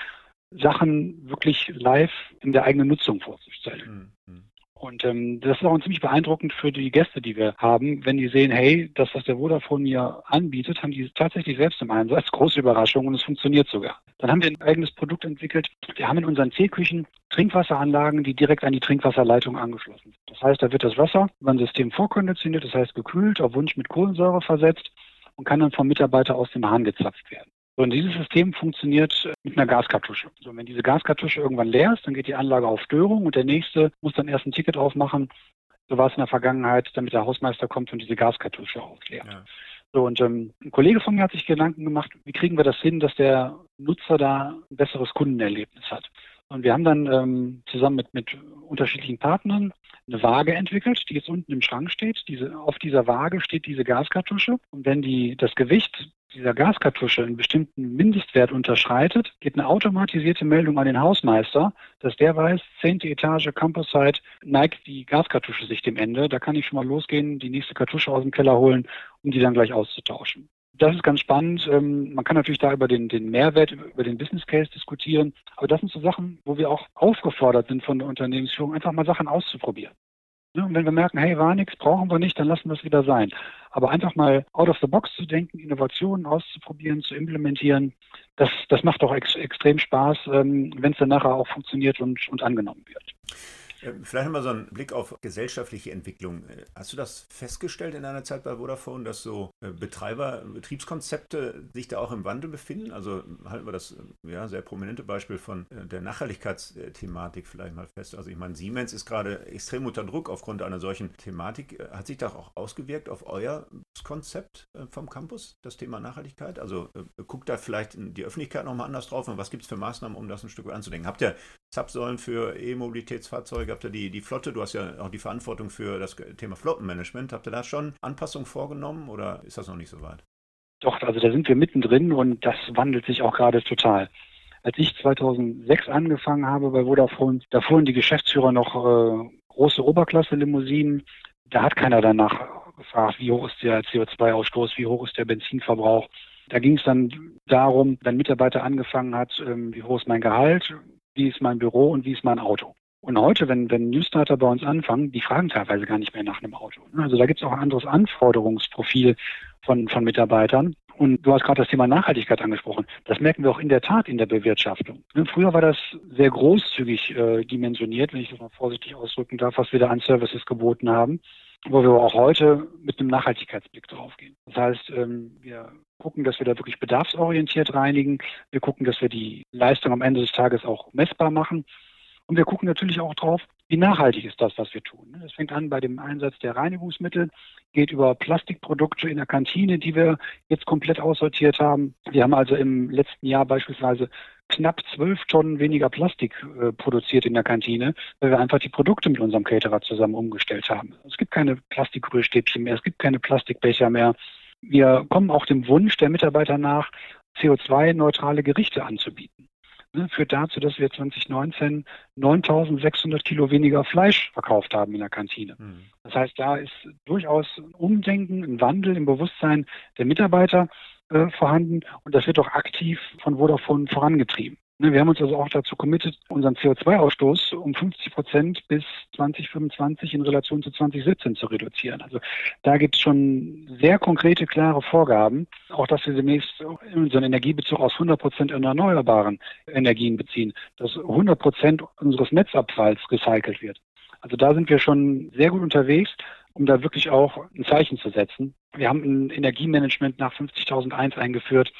[SPEAKER 2] Sachen wirklich live in der eigenen Nutzung vorzustellen. Und das ist auch ziemlich beeindruckend für die Gäste, die wir haben, wenn die sehen, hey, das, was der Vodafone hier anbietet, haben die tatsächlich selbst im Einsatz. Große Überraschung und es funktioniert sogar. Dann haben wir ein eigenes Produkt entwickelt. Wir haben in unseren Teeküchen Trinkwasseranlagen, die direkt an die Trinkwasserleitung angeschlossen sind. Das heißt, da wird das Wasser über ein System vorkonditioniert, das heißt gekühlt, auf Wunsch mit Kohlensäure versetzt und kann dann vom Mitarbeiter aus dem Hahn gezapft werden. So, und dieses System funktioniert mit einer Gaskartusche. So, wenn diese Gaskartusche irgendwann leer ist, dann geht die Anlage auf Störung und der Nächste muss dann erst ein Ticket aufmachen. So war es in der Vergangenheit, damit der Hausmeister kommt und diese Gaskartusche ausleert. Ja. So, und ein Kollege von mir hat sich Gedanken gemacht, wie kriegen wir das hin, dass der Nutzer da ein besseres Kundenerlebnis hat. Und wir haben dann zusammen mit unterschiedlichen Partnern eine Waage entwickelt, die jetzt unten im Schrank steht. Auf dieser Waage steht diese Gaskartusche. Und wenn das Gewicht dieser Gaskartusche einen bestimmten Mindestwert unterschreitet, geht eine automatisierte Meldung an den Hausmeister, dass der weiß, 10. Etage Campus-Site neigt die Gaskartusche sich dem Ende. Da kann ich schon mal losgehen, die nächste Kartusche aus dem Keller holen, um die dann gleich auszutauschen. Das ist ganz spannend. Man kann natürlich da über den Mehrwert, über den Business Case diskutieren. Aber das sind so Sachen, wo wir auch aufgefordert sind von der Unternehmensführung, einfach mal Sachen auszuprobieren. Und wenn wir merken, hey, war nichts, brauchen wir nicht, dann lassen wir es wieder sein. Aber einfach mal out of the box zu denken, Innovationen auszuprobieren, zu implementieren, das macht doch extrem Spaß, wenn es dann nachher auch funktioniert und angenommen wird.
[SPEAKER 1] Vielleicht nochmal so einen Blick auf gesellschaftliche Entwicklung. Hast du das festgestellt in deiner Zeit bei Vodafone, dass so Betriebskonzepte sich da auch im Wandel befinden? Also halten wir das sehr prominente Beispiel von der Nachhaltigkeitsthematik vielleicht mal fest. Also ich meine, Siemens ist gerade extrem unter Druck aufgrund einer solchen Thematik. Hat sich das auch ausgewirkt auf euer Konzept vom Campus, das Thema Nachhaltigkeit? Also guckt da vielleicht die Öffentlichkeit nochmal anders drauf und was gibt es für Maßnahmen, um das ein Stück anzudenken? Habt ihr Zapfsäulen für E-Mobilitätsfahrzeuge? Habt ihr die Flotte? Du hast ja auch die Verantwortung für das Thema Flottenmanagement. Habt ihr da schon Anpassungen vorgenommen oder ist das noch nicht so weit?
[SPEAKER 2] Doch, also da sind wir mittendrin und das wandelt sich auch gerade total. Als ich 2006 angefangen habe bei Vodafone, da fuhren die Geschäftsführer noch große Oberklasse-Limousinen. Da hat keiner danach gefragt, wie hoch ist der CO2-Ausstoß, wie hoch ist der Benzinverbrauch. Da ging es dann darum, wenn ein Mitarbeiter angefangen hat, wie hoch ist mein Gehalt, wie ist mein Büro und wie ist mein Auto. Und heute, wenn Newstarter bei uns anfangen, die fragen teilweise gar nicht mehr nach einem Auto. Also da gibt es auch ein anderes Anforderungsprofil von Mitarbeitern. Und du hast gerade das Thema Nachhaltigkeit angesprochen. Das merken wir auch in der Tat in der Bewirtschaftung. Früher war das sehr großzügig dimensioniert, wenn ich das mal vorsichtig ausdrücken darf, was wir da an Services geboten haben, wo wir auch heute mit einem Nachhaltigkeitsblick drauf gehen. Das heißt, wir gucken, dass wir da wirklich bedarfsorientiert reinigen. Wir gucken, dass wir die Leistung am Ende des Tages auch messbar machen. Und wir gucken natürlich auch drauf, wie nachhaltig ist das, was wir tun. Das fängt an bei dem Einsatz der Reinigungsmittel, geht über Plastikprodukte in der Kantine, die wir jetzt komplett aussortiert haben. Wir haben also im letzten Jahr beispielsweise knapp 12 Tonnen weniger Plastik produziert in der Kantine, weil wir einfach die Produkte mit unserem Caterer zusammen umgestellt haben. Es gibt keine Plastikrührstäbchen mehr, es gibt keine Plastikbecher mehr. Wir kommen auch dem Wunsch der Mitarbeiter nach, CO2-neutrale Gerichte anzubieten. Führt dazu, dass wir 2019 9.600 Kilo weniger Fleisch verkauft haben in der Kantine. Das heißt, da ist durchaus ein Umdenken, ein Wandel im Bewusstsein der Mitarbeiter vorhanden und das wird auch aktiv von Vodafone vorangetrieben. Wir haben uns also auch dazu committed, unseren CO2-Ausstoß um 50% bis 2025 in Relation zu 2017 zu reduzieren. Also da gibt es schon sehr konkrete, klare Vorgaben, auch dass wir demnächst unseren Energiebezug aus 100% erneuerbaren Energien beziehen, dass 100% unseres Netzabfalls recycelt wird. Also da sind wir schon sehr gut unterwegs, um da wirklich auch ein Zeichen zu setzen. Wir haben ein Energiemanagement nach 50001 eingeführt,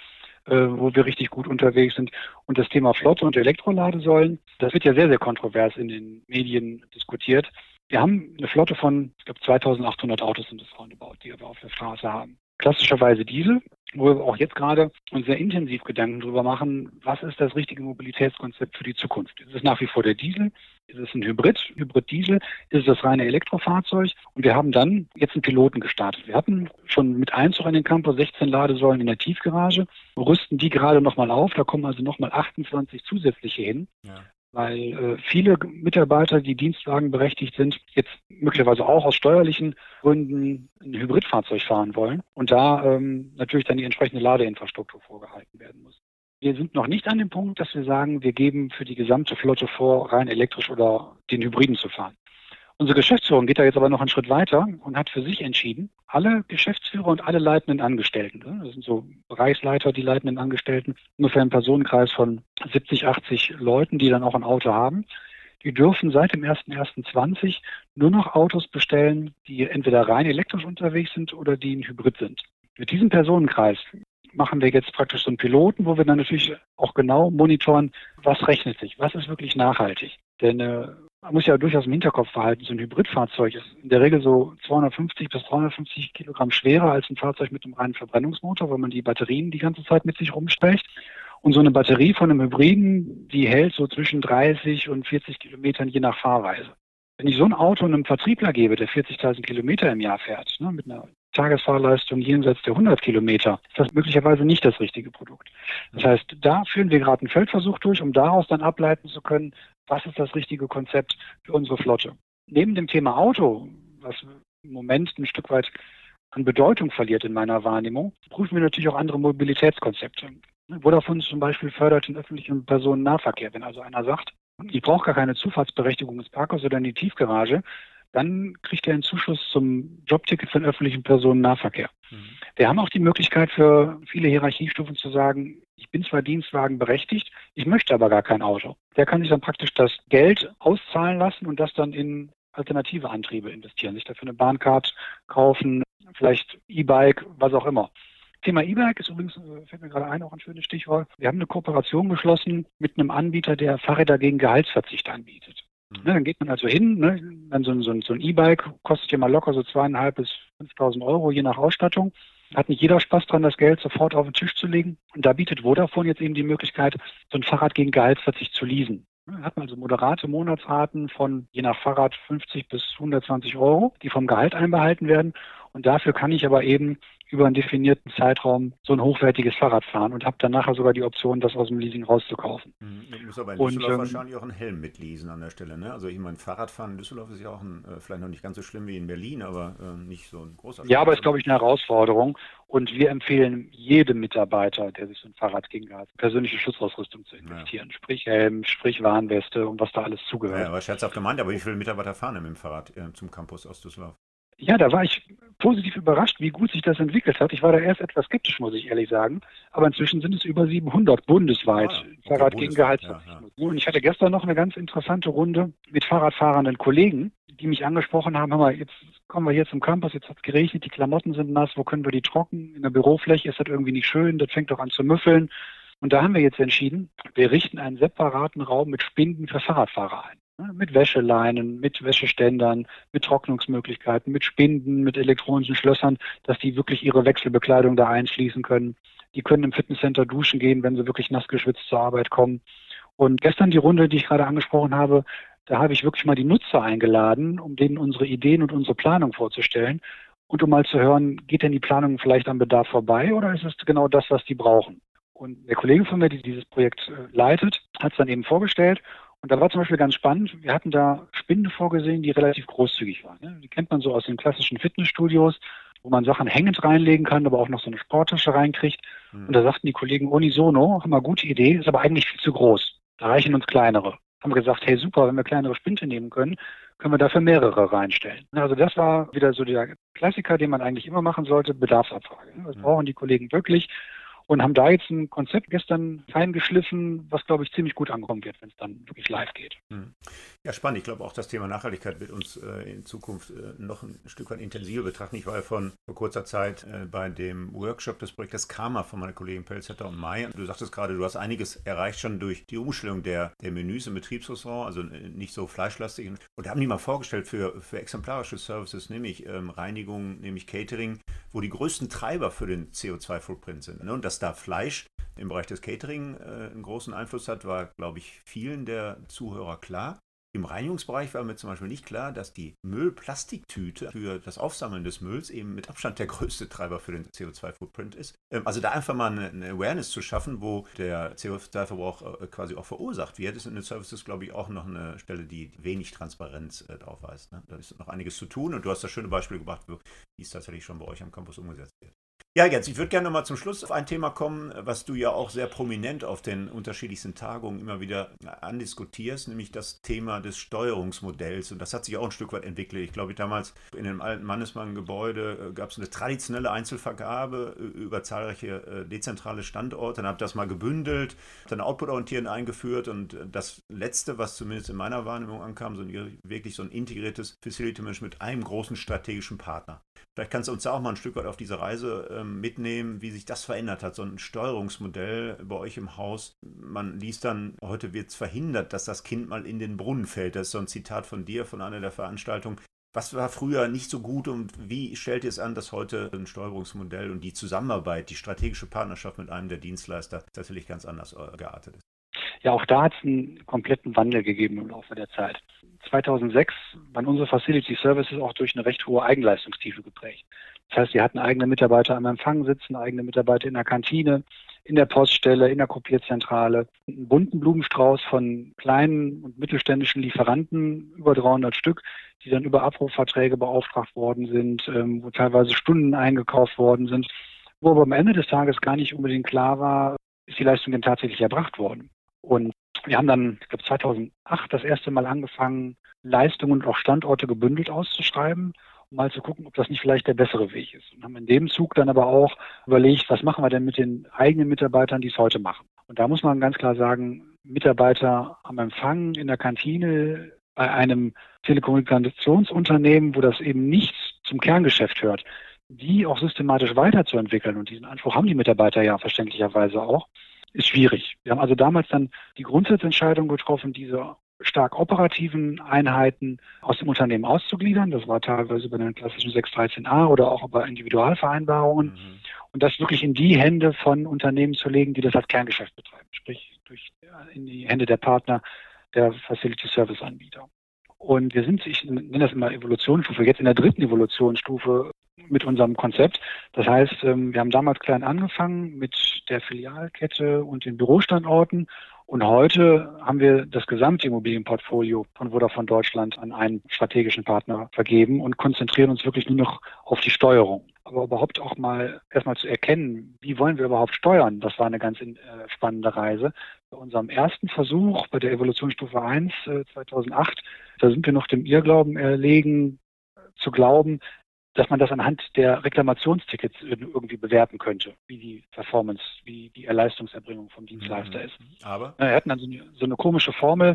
[SPEAKER 2] wo wir richtig gut unterwegs sind. Und das Thema Flotte und Elektroladesäulen, das wird ja sehr, sehr kontrovers in den Medien diskutiert. Wir haben eine Flotte von, ich glaube, 2800 Autos sind das roundabout, die wir auf der Straße haben. Klassischerweise Diesel, wo wir auch jetzt gerade uns sehr intensiv Gedanken darüber machen, was ist das richtige Mobilitätskonzept für die Zukunft? Ist es nach wie vor der Diesel? Ist es ein Hybrid-Diesel? Ist es das reine Elektrofahrzeug? Und wir haben dann jetzt einen Piloten gestartet. Wir hatten schon mit Einzug in den Campus 16 Ladesäulen in der Tiefgarage, rüsten die gerade nochmal auf. Da kommen also nochmal 28 zusätzliche hin. Ja. Weil viele Mitarbeiter, die Dienstwagen berechtigt sind, jetzt möglicherweise auch aus steuerlichen Gründen ein Hybridfahrzeug fahren wollen und da natürlich dann die entsprechende Ladeinfrastruktur vorgehalten werden muss. Wir sind noch nicht an dem Punkt, dass wir sagen, wir geben für die gesamte Flotte vor, rein elektrisch oder den Hybriden zu fahren. Unsere Geschäftsführung geht da jetzt aber noch einen Schritt weiter und hat für sich entschieden, alle Geschäftsführer und alle leitenden Angestellten, das sind so Bereichsleiter, die leitenden Angestellten, ungefähr ein Personenkreis von 70, 80 Leuten, die dann auch ein Auto haben, die dürfen seit dem 01.01.2020 nur noch Autos bestellen, die entweder rein elektrisch unterwegs sind oder die ein Hybrid sind. Mit diesem Personenkreis machen wir jetzt praktisch so einen Piloten, wo wir dann natürlich auch genau monitoren, was rechnet sich, was ist wirklich nachhaltig. Denn man muss ja durchaus im Hinterkopf behalten, so ein Hybridfahrzeug ist in der Regel so 250 bis 350 Kilogramm schwerer als ein Fahrzeug mit einem reinen Verbrennungsmotor, weil man die Batterien die ganze Zeit mit sich rumschlägt. Und so eine Batterie von einem Hybriden, die hält so zwischen 30 und 40 Kilometern je nach Fahrweise. Wenn ich so ein Auto einem Vertriebler gebe, der 40.000 Kilometer im Jahr fährt, mit einer Tagesfahrleistung jenseits der 100 Kilometer, ist das möglicherweise nicht das richtige Produkt. Das heißt, da führen wir gerade einen Feldversuch durch, um daraus dann ableiten zu können, was ist das richtige Konzept für unsere Flotte. Neben dem Thema Auto, was im Moment ein Stück weit an Bedeutung verliert in meiner Wahrnehmung, prüfen wir natürlich auch andere Mobilitätskonzepte. Vodafone zum Beispiel fördert den öffentlichen Personennahverkehr. Wenn also einer sagt, ich brauche gar keine Zufahrtsberechtigung ins Parkhaus oder in die Tiefgarage, dann kriegt er einen Zuschuss zum Jobticket für den öffentlichen Personennahverkehr. Wir haben auch die Möglichkeit für viele Hierarchiestufen zu sagen, ich bin zwar Dienstwagen berechtigt, ich möchte aber gar kein Auto. Der kann sich dann praktisch das Geld auszahlen lassen und das dann in alternative Antriebe investieren, sich dafür eine Bahncard kaufen, vielleicht E-Bike, was auch immer. Thema E-Bike ist übrigens, fällt mir gerade ein, auch ein schönes Stichwort. Wir haben eine Kooperation geschlossen mit einem Anbieter, der Fahrräder gegen Gehaltsverzicht anbietet. Dann geht man also hin, dann so ein E-Bike kostet ja mal locker so 2.500 bis 5.000 Euro, je nach Ausstattung. Hat nicht jeder Spaß dran, das Geld sofort auf den Tisch zu legen. Und da bietet Vodafone jetzt eben die Möglichkeit, so ein Fahrrad gegen Gehaltsverzicht zu leasen. Hat man also moderate Monatsraten von je nach Fahrrad 50 bis 120 Euro, die vom Gehalt einbehalten werden. Und dafür kann ich aber eben über einen definierten Zeitraum so ein hochwertiges Fahrrad fahren und habe dann nachher sogar die Option, das aus dem Leasing rauszukaufen.
[SPEAKER 1] Du musst aber in Düsseldorf wahrscheinlich auch einen Helm mitleasen an der Stelle, ne? Also ich meine, Fahrradfahren in Düsseldorf ist ja auch vielleicht noch nicht ganz so schlimm wie in Berlin, aber nicht so ein großer Spaß.
[SPEAKER 2] Ja, aber ist, glaube ich, eine Herausforderung. Und wir empfehlen jedem Mitarbeiter, der sich so ein Fahrrad gegen persönliche Schutzausrüstung zu investieren. Ja. Sprich Helm, sprich Warnweste und was da alles zugehört.
[SPEAKER 1] Ja, aber scherzhaft gemeint, aber wie viele Mitarbeiter fahren denn mit dem Fahrrad zum Campus aus Düsseldorf?
[SPEAKER 2] Ja, da war ich positiv überrascht, wie gut sich das entwickelt hat. Ich war da erst etwas skeptisch, muss ich ehrlich sagen. Aber inzwischen sind es über 700 bundesweit Fahrrad gegen Gehaltsverzicht. Ja. Und ich hatte gestern noch eine ganz interessante Runde mit Fahrradfahrenden Kollegen, die mich angesprochen haben, hör mal, jetzt kommen wir hier zum Campus, jetzt hat es geregnet, die Klamotten sind nass, wo können wir die trocknen? In der Bürofläche ist das irgendwie nicht schön, das fängt doch an zu müffeln. Und da haben wir jetzt entschieden, wir richten einen separaten Raum mit Spinden für Fahrradfahrer ein. Mit Wäscheleinen, mit Wäscheständern, mit Trocknungsmöglichkeiten, mit Spinden, mit elektronischen Schlössern, dass die wirklich ihre Wechselbekleidung da einschließen können. Die können im Fitnesscenter duschen gehen, wenn sie wirklich nass geschwitzt zur Arbeit kommen. Und gestern die Runde, die ich gerade angesprochen habe, da habe ich wirklich mal die Nutzer eingeladen, um denen unsere Ideen und unsere Planung vorzustellen und um mal zu hören, geht denn die Planung vielleicht am Bedarf vorbei oder ist es genau das, was die brauchen? Und der Kollege von mir, der dieses Projekt leitet, hat es dann eben vorgestellt. Und da war zum Beispiel ganz spannend, wir hatten da Spinde vorgesehen, die relativ großzügig waren. Die kennt man so aus den klassischen Fitnessstudios, wo man Sachen hängend reinlegen kann, aber auch noch so eine Sporttasche reinkriegt. Und da sagten die Kollegen unisono, haben wir gute Idee, ist aber eigentlich viel zu groß. Da reichen uns kleinere. Haben gesagt, hey super, wenn wir kleinere Spinte nehmen können, können wir dafür mehrere reinstellen. Also das war wieder so der Klassiker, den man eigentlich immer machen sollte, Bedarfsabfrage. Was brauchen die Kollegen wirklich? Und haben da jetzt ein Konzept gestern feingeschliffen, was, glaube ich, ziemlich gut ankommen wird, wenn es dann wirklich live geht.
[SPEAKER 1] Ja, spannend. Ich glaube, auch das Thema Nachhaltigkeit wird uns in Zukunft noch ein Stück weit intensiver betrachten. Ich war ja vor kurzer Zeit bei dem Workshop des Projektes Karma von meiner Kollegin Pelzetter und May. Du sagtest gerade, du hast einiges erreicht schon durch die Umstellung der Menüs im Betriebsrestaurant, also nicht so fleischlastig. Und da haben die mal vorgestellt für exemplarische Services, nämlich Reinigung, nämlich Catering, wo die größten Treiber für den CO2-Footprint sind. Ne? Und dass da Fleisch im Bereich des Catering einen großen Einfluss hat, war, glaube ich, vielen der Zuhörer klar. Im Reinigungsbereich war mir zum Beispiel nicht klar, dass die Müllplastiktüte für das Aufsammeln des Mülls eben mit Abstand der größte Treiber für den CO2-Footprint ist. Also da einfach mal eine Awareness zu schaffen, wo der CO2-Verbrauch quasi auch verursacht wird, ist in den Services, glaube ich, auch noch eine Stelle, die wenig Transparenz drauf weist. Ne? Da ist noch einiges zu tun und du hast das schöne Beispiel gebracht, wie es tatsächlich schon bei euch am Campus umgesetzt wird. Ja, Jens, ich würde gerne noch mal zum Schluss auf ein Thema kommen, was du ja auch sehr prominent auf den unterschiedlichsten Tagungen immer wieder andiskutierst, nämlich das Thema des Steuerungsmodells. Und das hat sich auch ein Stück weit entwickelt. Ich glaube, damals in dem alten Mannesmann-Gebäude gab es eine traditionelle Einzelvergabe über zahlreiche dezentrale Standorte. Dann habe ich das mal gebündelt, dann output-orientierend eingeführt. Und das Letzte, was zumindest in meiner Wahrnehmung ankam, wirklich so ein integriertes Facility Management mit einem großen strategischen Partner. Vielleicht kannst du uns da auch mal ein Stück weit auf diese Reise mitnehmen, wie sich das verändert hat, so ein Steuerungsmodell bei euch im Haus. Man liest dann, heute wird es verhindert, dass das Kind mal in den Brunnen fällt. Das ist so ein Zitat von dir, von einer der Veranstaltungen. Was war früher nicht so gut und wie stellt ihr es an, dass heute ein Steuerungsmodell und die Zusammenarbeit, die strategische Partnerschaft mit einem der Dienstleister tatsächlich ganz anders geartet ist?
[SPEAKER 2] Ja, auch da hat es einen kompletten Wandel gegeben im Laufe der Zeit. 2006 waren unsere Facility Services auch durch eine recht hohe Eigenleistungstiefe geprägt. Das heißt, wir hatten eigene Mitarbeiter am Empfang sitzen, eigene Mitarbeiter in der Kantine, in der Poststelle, in der Kopierzentrale, einen bunten Blumenstrauß von kleinen und mittelständischen Lieferanten, über 300 Stück, die dann über Abrufverträge beauftragt worden sind, wo teilweise Stunden eingekauft worden sind, wo aber am Ende des Tages gar nicht unbedingt klar war, ist die Leistung denn tatsächlich erbracht worden. Und wir haben dann, ich glaube 2008 das erste Mal angefangen, Leistungen und auch Standorte gebündelt auszuschreiben, um mal zu gucken, ob das nicht vielleicht der bessere Weg ist. Und haben in dem Zug dann aber auch überlegt, was machen wir denn mit den eigenen Mitarbeitern, die es heute machen. Und da muss man ganz klar sagen, Mitarbeiter am Empfang, in der Kantine, bei einem Telekommunikationsunternehmen, wo das eben nicht zum Kerngeschäft hört, die auch systematisch weiterzuentwickeln. Und diesen Anspruch haben die Mitarbeiter ja verständlicherweise auch. Ist schwierig. Wir haben also damals dann die Grundsatzentscheidung getroffen, diese stark operativen Einheiten aus dem Unternehmen auszugliedern. Das war teilweise über den klassischen 613a oder auch über Individualvereinbarungen. Und das wirklich in die Hände von Unternehmen zu legen, die das als Kerngeschäft betreiben, sprich in die Hände der Partner, der Facility Service Anbieter. Und wir sind, ich nenne das immer Evolutionsstufe, jetzt in der dritten Evolutionsstufe mit unserem Konzept. Das heißt, wir haben damals klein angefangen mit der Filialkette und den Bürostandorten. Und heute haben wir das gesamte Immobilienportfolio von Vodafone Deutschland an einen strategischen Partner vergeben und konzentrieren uns wirklich nur noch auf die Steuerung. Aber überhaupt auch mal erstmal zu erkennen, wie wollen wir überhaupt steuern, das war eine ganz spannende Reise. Bei unserem ersten Versuch bei der Evolutionsstufe 1 2008, da sind wir noch dem Irrglauben erlegen, zu glauben, dass man das anhand der Reklamationstickets irgendwie bewerten könnte, wie die Performance, wie die Leistungserbringung vom Dienstleister ist.
[SPEAKER 1] Aber
[SPEAKER 2] wir hatten dann so eine komische Formel,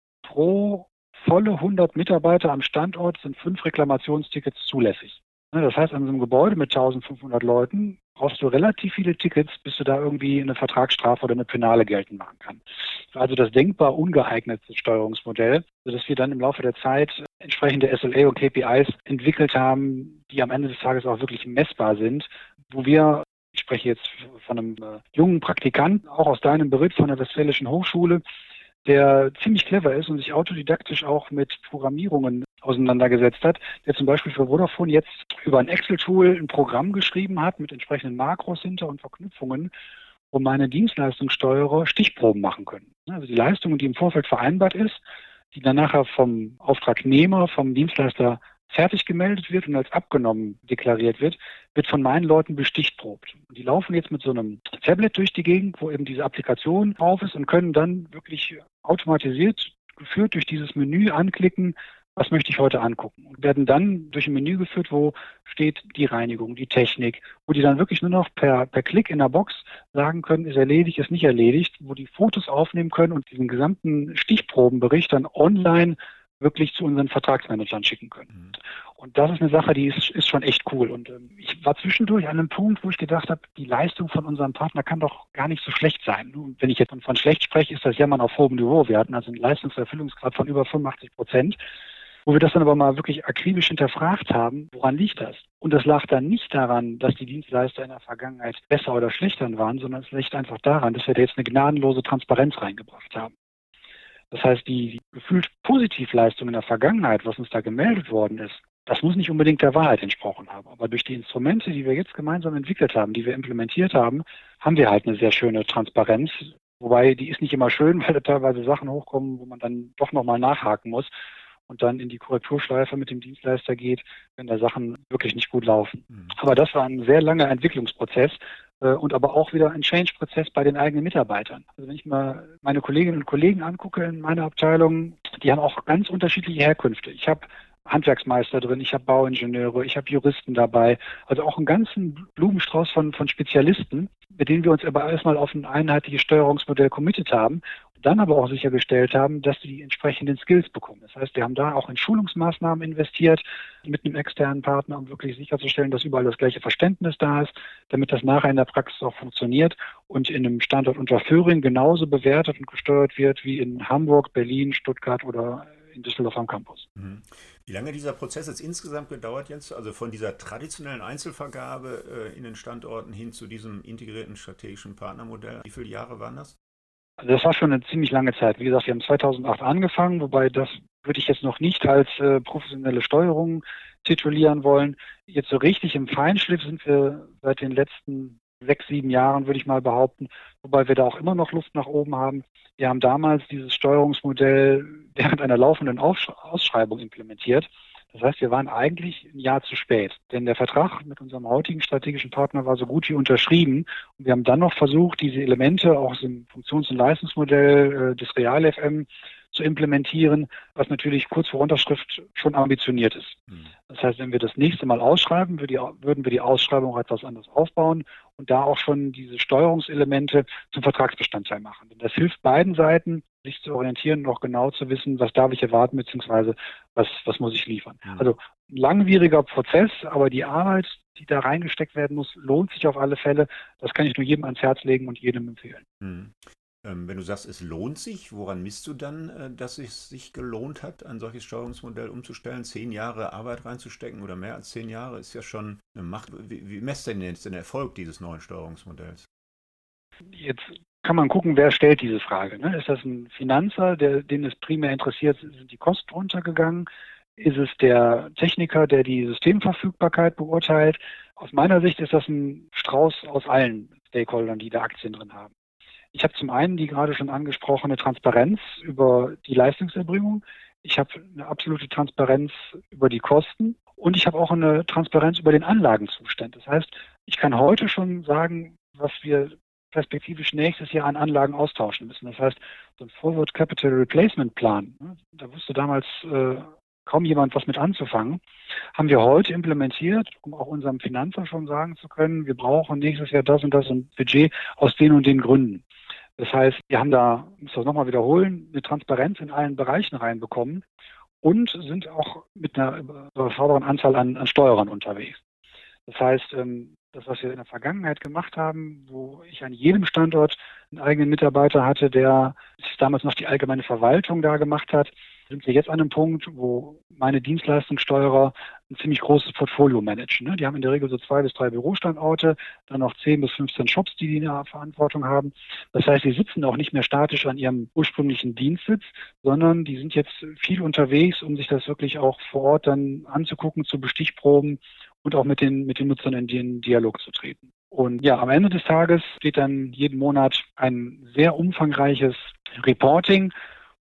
[SPEAKER 2] pro volle 100 Mitarbeiter am Standort sind 5 Reklamationstickets zulässig. Das heißt, an so einem Gebäude mit 1500 Leuten brauchst du relativ viele Tickets, bis du da irgendwie eine Vertragsstrafe oder eine Penale geltend machen kannst. Also das denkbar ungeeignete Steuerungsmodell, sodass wir dann im Laufe der Zeit entsprechende SLA und KPIs entwickelt haben, die am Ende des Tages auch wirklich messbar sind, wo wir, ich spreche jetzt von einem jungen Praktikanten, auch aus deinem Beritt von der Westfälischen Hochschule, der ziemlich clever ist und sich autodidaktisch auch mit Programmierungen auseinandergesetzt hat, der zum Beispiel für Vodafone jetzt über ein Excel-Tool ein Programm geschrieben hat mit entsprechenden Makros hinter und Verknüpfungen, wo meine Dienstleistungssteuerer Stichproben machen können. Also die Leistung, die im Vorfeld vereinbart ist, die dann nachher vom Auftragnehmer, vom Dienstleister fertig gemeldet wird und als abgenommen deklariert wird, wird von meinen Leuten bestichprobt. Und die laufen jetzt mit so einem Tablet durch die Gegend, wo eben diese Applikation drauf ist und können dann wirklich automatisiert geführt durch dieses Menü anklicken, was möchte ich heute angucken, und werden dann durch ein Menü geführt, wo steht die Reinigung, die Technik, wo die dann wirklich nur noch per Klick in der Box sagen können, ist erledigt, ist nicht erledigt, wo die Fotos aufnehmen können und diesen gesamten Stichprobenbericht dann online wirklich zu unseren Vertragsmanagern schicken können. Und das ist eine Sache, die ist schon echt cool. Und ich war zwischendurch an einem Punkt, wo ich gedacht habe, die Leistung von unserem Partner kann doch gar nicht so schlecht sein. Und wenn ich jetzt von schlecht spreche, ist das Jammern auf hohem Niveau. Wir hatten also einen Leistungserfüllungsgrad von über 85%, wo wir das dann aber mal wirklich akribisch hinterfragt haben, woran liegt das? Und das lag dann nicht daran, dass die Dienstleister in der Vergangenheit besser oder schlechter waren, sondern es liegt einfach daran, dass wir da jetzt eine gnadenlose Transparenz reingebracht haben. Das heißt, die gefühlt Positivleistung in der Vergangenheit, was uns da gemeldet worden ist, das muss nicht unbedingt der Wahrheit entsprochen haben. Aber durch die Instrumente, die wir jetzt gemeinsam entwickelt haben, die wir implementiert haben, haben wir halt eine sehr schöne Transparenz. Wobei, die ist nicht immer schön, weil da teilweise Sachen hochkommen, wo man dann doch nochmal nachhaken muss und dann in die Korrekturschleife mit dem Dienstleister geht, wenn da Sachen wirklich nicht gut laufen. Aber das war ein sehr langer Entwicklungsprozess und aber auch wieder ein Change-Prozess bei den eigenen Mitarbeitern. Also wenn ich mal meine Kolleginnen und Kollegen angucke in meiner Abteilung, die haben auch ganz unterschiedliche Herkünfte. Ich habe Handwerksmeister drin, ich habe Bauingenieure, ich habe Juristen dabei, also auch einen ganzen Blumenstrauß von Spezialisten, mit denen wir uns aber erstmal auf ein einheitliches Steuerungsmodell committed haben, dann aber auch sichergestellt haben, dass die entsprechenden Skills bekommen. Das heißt, wir haben da auch in Schulungsmaßnahmen investiert mit einem externen Partner, um wirklich sicherzustellen, dass überall das gleiche Verständnis da ist, damit das nachher in der Praxis auch funktioniert und in einem Standort Unterföhring genauso bewertet und gesteuert wird wie in Hamburg, Berlin, Stuttgart oder in Düsseldorf am Campus.
[SPEAKER 1] Wie lange dieser Prozess jetzt insgesamt gedauert, Jens? Also von dieser traditionellen Einzelvergabe in den Standorten hin zu diesem integrierten strategischen Partnermodell. Wie viele Jahre waren das?
[SPEAKER 2] Also das war schon eine ziemlich lange Zeit. Wie gesagt, wir haben 2008 angefangen, wobei das würde ich jetzt noch nicht als professionelle Steuerung titulieren wollen. Jetzt so richtig im Feinschliff sind wir seit den letzten 6, 7 Jahren, würde ich mal behaupten, wobei wir da auch immer noch Luft nach oben haben. Wir haben damals dieses Steuerungsmodell während einer laufenden Ausschreibung implementiert. Das heißt, wir waren eigentlich ein Jahr zu spät, denn der Vertrag mit unserem heutigen strategischen Partner war so gut wie unterschrieben. Und wir haben dann noch versucht, diese Elemente auch aus dem Funktions- und Leistungsmodell des Real-FM zu implementieren, was natürlich kurz vor Unterschrift schon ambitioniert ist. Das heißt, wenn wir das nächste Mal ausschreiben, würden wir die Ausschreibung auch etwas anders aufbauen und da auch schon diese Steuerungselemente zum Vertragsbestandteil machen. Denn das hilft beiden Seiten, sich zu orientieren und auch genau zu wissen, was darf ich erwarten, beziehungsweise was muss ich liefern. Also ein langwieriger Prozess, aber die Arbeit, die da reingesteckt werden muss, lohnt sich auf alle Fälle. Das kann ich nur jedem ans Herz legen und jedem empfehlen.
[SPEAKER 1] Wenn du sagst, es lohnt sich, woran misst du dann, dass es sich gelohnt hat, ein solches Steuerungsmodell umzustellen? 10 Jahre Arbeit reinzustecken oder mehr als 10 Jahre ist ja schon eine Macht. Wie messt denn jetzt den Erfolg dieses neuen Steuerungsmodells?
[SPEAKER 2] Jetzt kann man gucken, wer stellt diese Frage. Ne? Ist das ein Finanzer, den es primär interessiert, sind die Kosten runtergegangen? Ist es der Techniker, der die Systemverfügbarkeit beurteilt? Aus meiner Sicht ist das ein Strauß aus allen Stakeholdern, die da Aktien drin haben. Ich habe zum einen die gerade schon angesprochene Transparenz über die Leistungserbringung. Ich habe eine absolute Transparenz über die Kosten und ich habe auch eine Transparenz über den Anlagenzustand. Das heißt, ich kann heute schon sagen, was wir perspektivisch nächstes Jahr an Anlagen austauschen müssen. Das heißt, so ein Forward Capital Replacement Plan, da wusste damals kaum jemand was mit anzufangen, haben wir heute implementiert, um auch unserem Finanzer schon sagen zu können, wir brauchen nächstes Jahr das und das und Budget aus den und den Gründen. Das heißt, wir haben da, ich muss das nochmal wiederholen, eine Transparenz in allen Bereichen reinbekommen und sind auch mit einer überschaubaren Anzahl an Steuerern unterwegs. Das heißt, das, was wir in der Vergangenheit gemacht haben, wo ich an jedem Standort einen eigenen Mitarbeiter hatte, der sich damals noch die allgemeine Verwaltung da gemacht hat, sind wir jetzt an einem Punkt, wo meine Dienstleistungssteuerer ein ziemlich großes Portfolio managen. Ne? Die haben in der Regel so 2 bis 3 Bürostandorte, dann noch 10 bis 15 Shops, die in der Verantwortung haben. Das heißt, die sitzen auch nicht mehr statisch an ihrem ursprünglichen Dienstsitz, sondern die sind jetzt viel unterwegs, um sich das wirklich auch vor Ort dann anzugucken, zu bestichproben und auch mit den Nutzern in den Dialog zu treten. Und ja, am Ende des Tages steht dann jeden Monat ein sehr umfangreiches Reporting,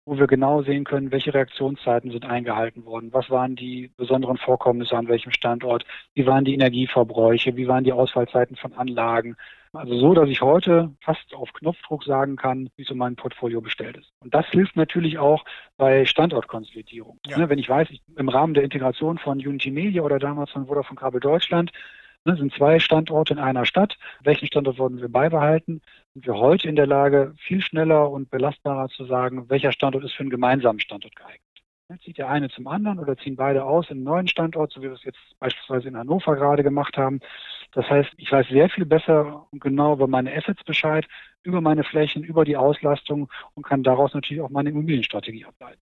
[SPEAKER 2] wo wir genau sehen können, welche Reaktionszeiten sind eingehalten worden, was waren die besonderen Vorkommnisse an welchem Standort, wie waren die Energieverbräuche, wie waren die Ausfallzeiten von Anlagen. Also so, dass ich heute fast auf Knopfdruck sagen kann, wie so mein Portfolio bestellt ist. Und das hilft natürlich auch bei Standortkonsolidierung.
[SPEAKER 1] Ja.
[SPEAKER 2] Wenn ich weiß, im Rahmen der Integration von Unity Media oder damals von Vodafone Kabel Deutschland, sind 2 Standorte in einer Stadt. Welchen Standort wollen wir beibehalten? Sind wir heute in der Lage, viel schneller und belastbarer zu sagen, welcher Standort ist für einen gemeinsamen Standort geeignet? Zieht der eine zum anderen oder ziehen beide aus in einen neuen Standort, so wie wir es jetzt beispielsweise in Hannover gerade gemacht haben. Das heißt, ich weiß sehr viel besser und genau über meine Assets Bescheid, über meine Flächen, über die Auslastung und kann daraus natürlich auch meine Immobilienstrategie ableiten.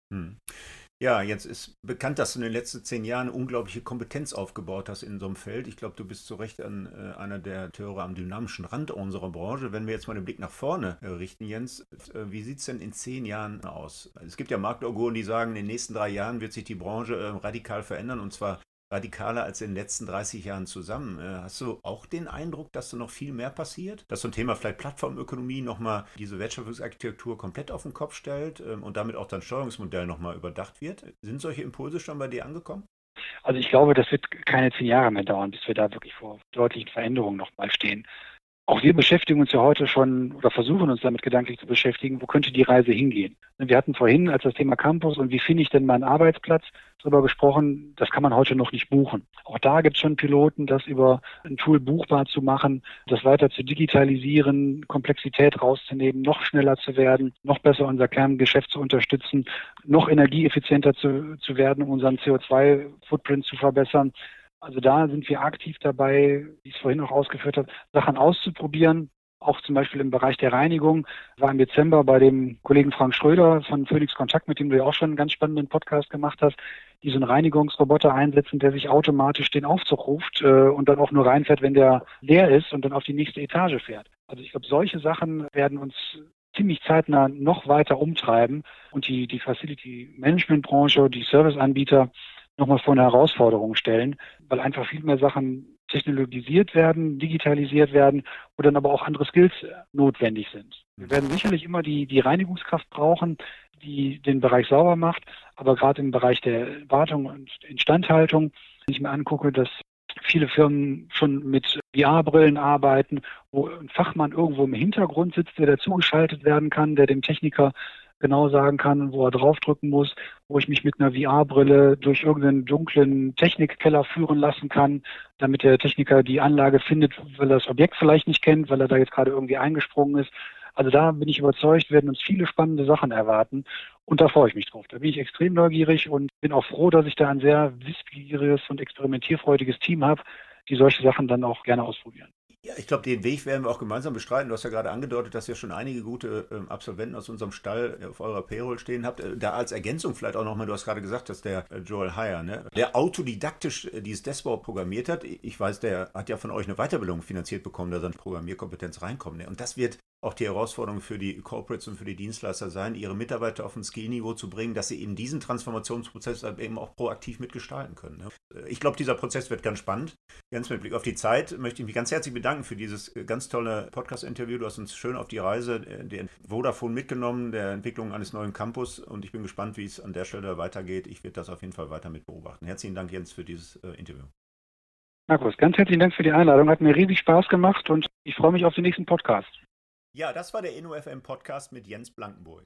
[SPEAKER 1] Ja, jetzt ist bekannt, dass du in den letzten 10 Jahren unglaubliche Kompetenz aufgebaut hast in so einem Feld. Ich glaube, du bist zu Recht einer der Akteure am dynamischen Rand unserer Branche. Wenn wir jetzt mal den Blick nach vorne richten, Jens, wie sieht es denn in 10 Jahren aus? Es gibt ja Marktauguren, die sagen, in den nächsten 3 Jahren wird sich die Branche radikal verändern, und zwar radikaler als in den letzten 30 Jahren zusammen. Hast du auch den Eindruck, dass da noch viel mehr passiert? Dass so ein Thema vielleicht Plattformökonomie nochmal diese Wertschöpfungsarchitektur komplett auf den Kopf stellt und damit auch dann Steuerungsmodell nochmal überdacht wird? Sind solche Impulse schon bei dir angekommen?
[SPEAKER 2] Also ich glaube, das wird keine 10 Jahre mehr dauern, bis wir da wirklich vor deutlichen Veränderungen nochmal stehen. Auch wir beschäftigen uns ja heute schon oder versuchen uns damit gedanklich zu beschäftigen, wo könnte die Reise hingehen. Wir hatten vorhin, als das Thema Campus und wie finde ich denn meinen Arbeitsplatz, darüber gesprochen, das kann man heute noch nicht buchen. Auch da gibt es schon Piloten, das über ein Tool buchbar zu machen, das weiter zu digitalisieren, Komplexität rauszunehmen, noch schneller zu werden, noch besser unser Kerngeschäft zu unterstützen, noch energieeffizienter zu werden, um unseren CO2-Footprint zu verbessern. Also da sind wir aktiv dabei, wie ich es vorhin auch ausgeführt habe, Sachen auszuprobieren. Auch zum Beispiel im Bereich der Reinigung. Ich war im Dezember bei dem Kollegen Frank Schröder von Phoenix Kontakt, mit dem du ja auch schon einen ganz spannenden Podcast gemacht hast, die so einen Reinigungsroboter einsetzen, der sich automatisch den Aufzug ruft und dann auch nur reinfährt, wenn der leer ist und dann auf die nächste Etage fährt. Also ich glaube, solche Sachen werden uns ziemlich zeitnah noch weiter umtreiben und die Facility-Management-Branche, die Serviceanbieter nochmal vor eine Herausforderung stellen, weil einfach viel mehr Sachen technologisiert werden, digitalisiert werden, wo dann aber auch andere Skills notwendig sind. Wir werden sicherlich immer die Reinigungskraft brauchen, die den Bereich sauber macht, aber gerade im Bereich der Wartung und Instandhaltung, wenn ich mir angucke, dass viele Firmen schon mit VR-Brillen arbeiten, wo ein Fachmann irgendwo im Hintergrund sitzt, der dazugeschaltet werden kann, der dem Techniker genau sagen kann, wo er draufdrücken muss, wo ich mich mit einer VR-Brille durch irgendeinen dunklen Technikkeller führen lassen kann, damit der Techniker die Anlage findet, weil er das Objekt vielleicht nicht kennt, weil er da jetzt gerade irgendwie eingesprungen ist. Also da bin ich überzeugt, werden uns viele spannende Sachen erwarten und da freue ich mich drauf. Da bin ich extrem neugierig und bin auch froh, dass ich da ein sehr wissbegieriges und experimentierfreudiges Team habe, die solche Sachen dann auch gerne ausprobieren.
[SPEAKER 1] Ja, ich glaube, den Weg werden wir auch gemeinsam bestreiten. Du hast ja gerade angedeutet, dass ihr schon einige gute Absolventen aus unserem Stall auf eurer Payroll stehen habt. Da als Ergänzung vielleicht auch nochmal, du hast gerade gesagt, dass der Joel Heyer, ne, der autodidaktisch dieses Dashboard programmiert hat. Ich weiß, der hat ja von euch eine Weiterbildung finanziert bekommen, da seine Programmierkompetenz reinkommt. Ne? Und das wird auch die Herausforderung für die Corporates und für die Dienstleister sein, ihre Mitarbeiter auf ein Skill-Niveau zu bringen, dass sie eben diesen Transformationsprozess eben auch proaktiv mitgestalten können. Ne? Ich glaube, dieser Prozess wird ganz spannend. Ganz mit Blick auf die Zeit möchte ich mich ganz herzlich bedanken für dieses ganz tolle Podcast-Interview. Du hast uns schön auf die Reise der Vodafone mitgenommen, der Entwicklung eines neuen Campus, und ich bin gespannt, wie es an der Stelle weitergeht. Ich werde das auf jeden Fall weiter mit beobachten. Herzlichen Dank, Jens, für dieses Interview.
[SPEAKER 2] Markus, ganz herzlichen Dank für die Einladung. Hat mir riesig Spaß gemacht und ich freue mich auf den nächsten Podcast.
[SPEAKER 1] Ja, das war der InnoFM-Podcast mit Jens Blankenburg.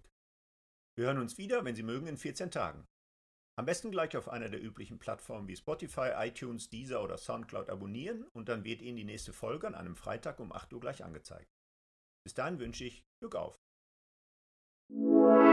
[SPEAKER 1] Wir hören uns wieder, wenn Sie mögen, in 14 Tagen. Am besten gleich auf einer der üblichen Plattformen wie Spotify, iTunes, Deezer oder Soundcloud abonnieren und dann wird Ihnen die nächste Folge an einem Freitag um 8 Uhr gleich angezeigt. Bis dahin wünsche ich Glück auf.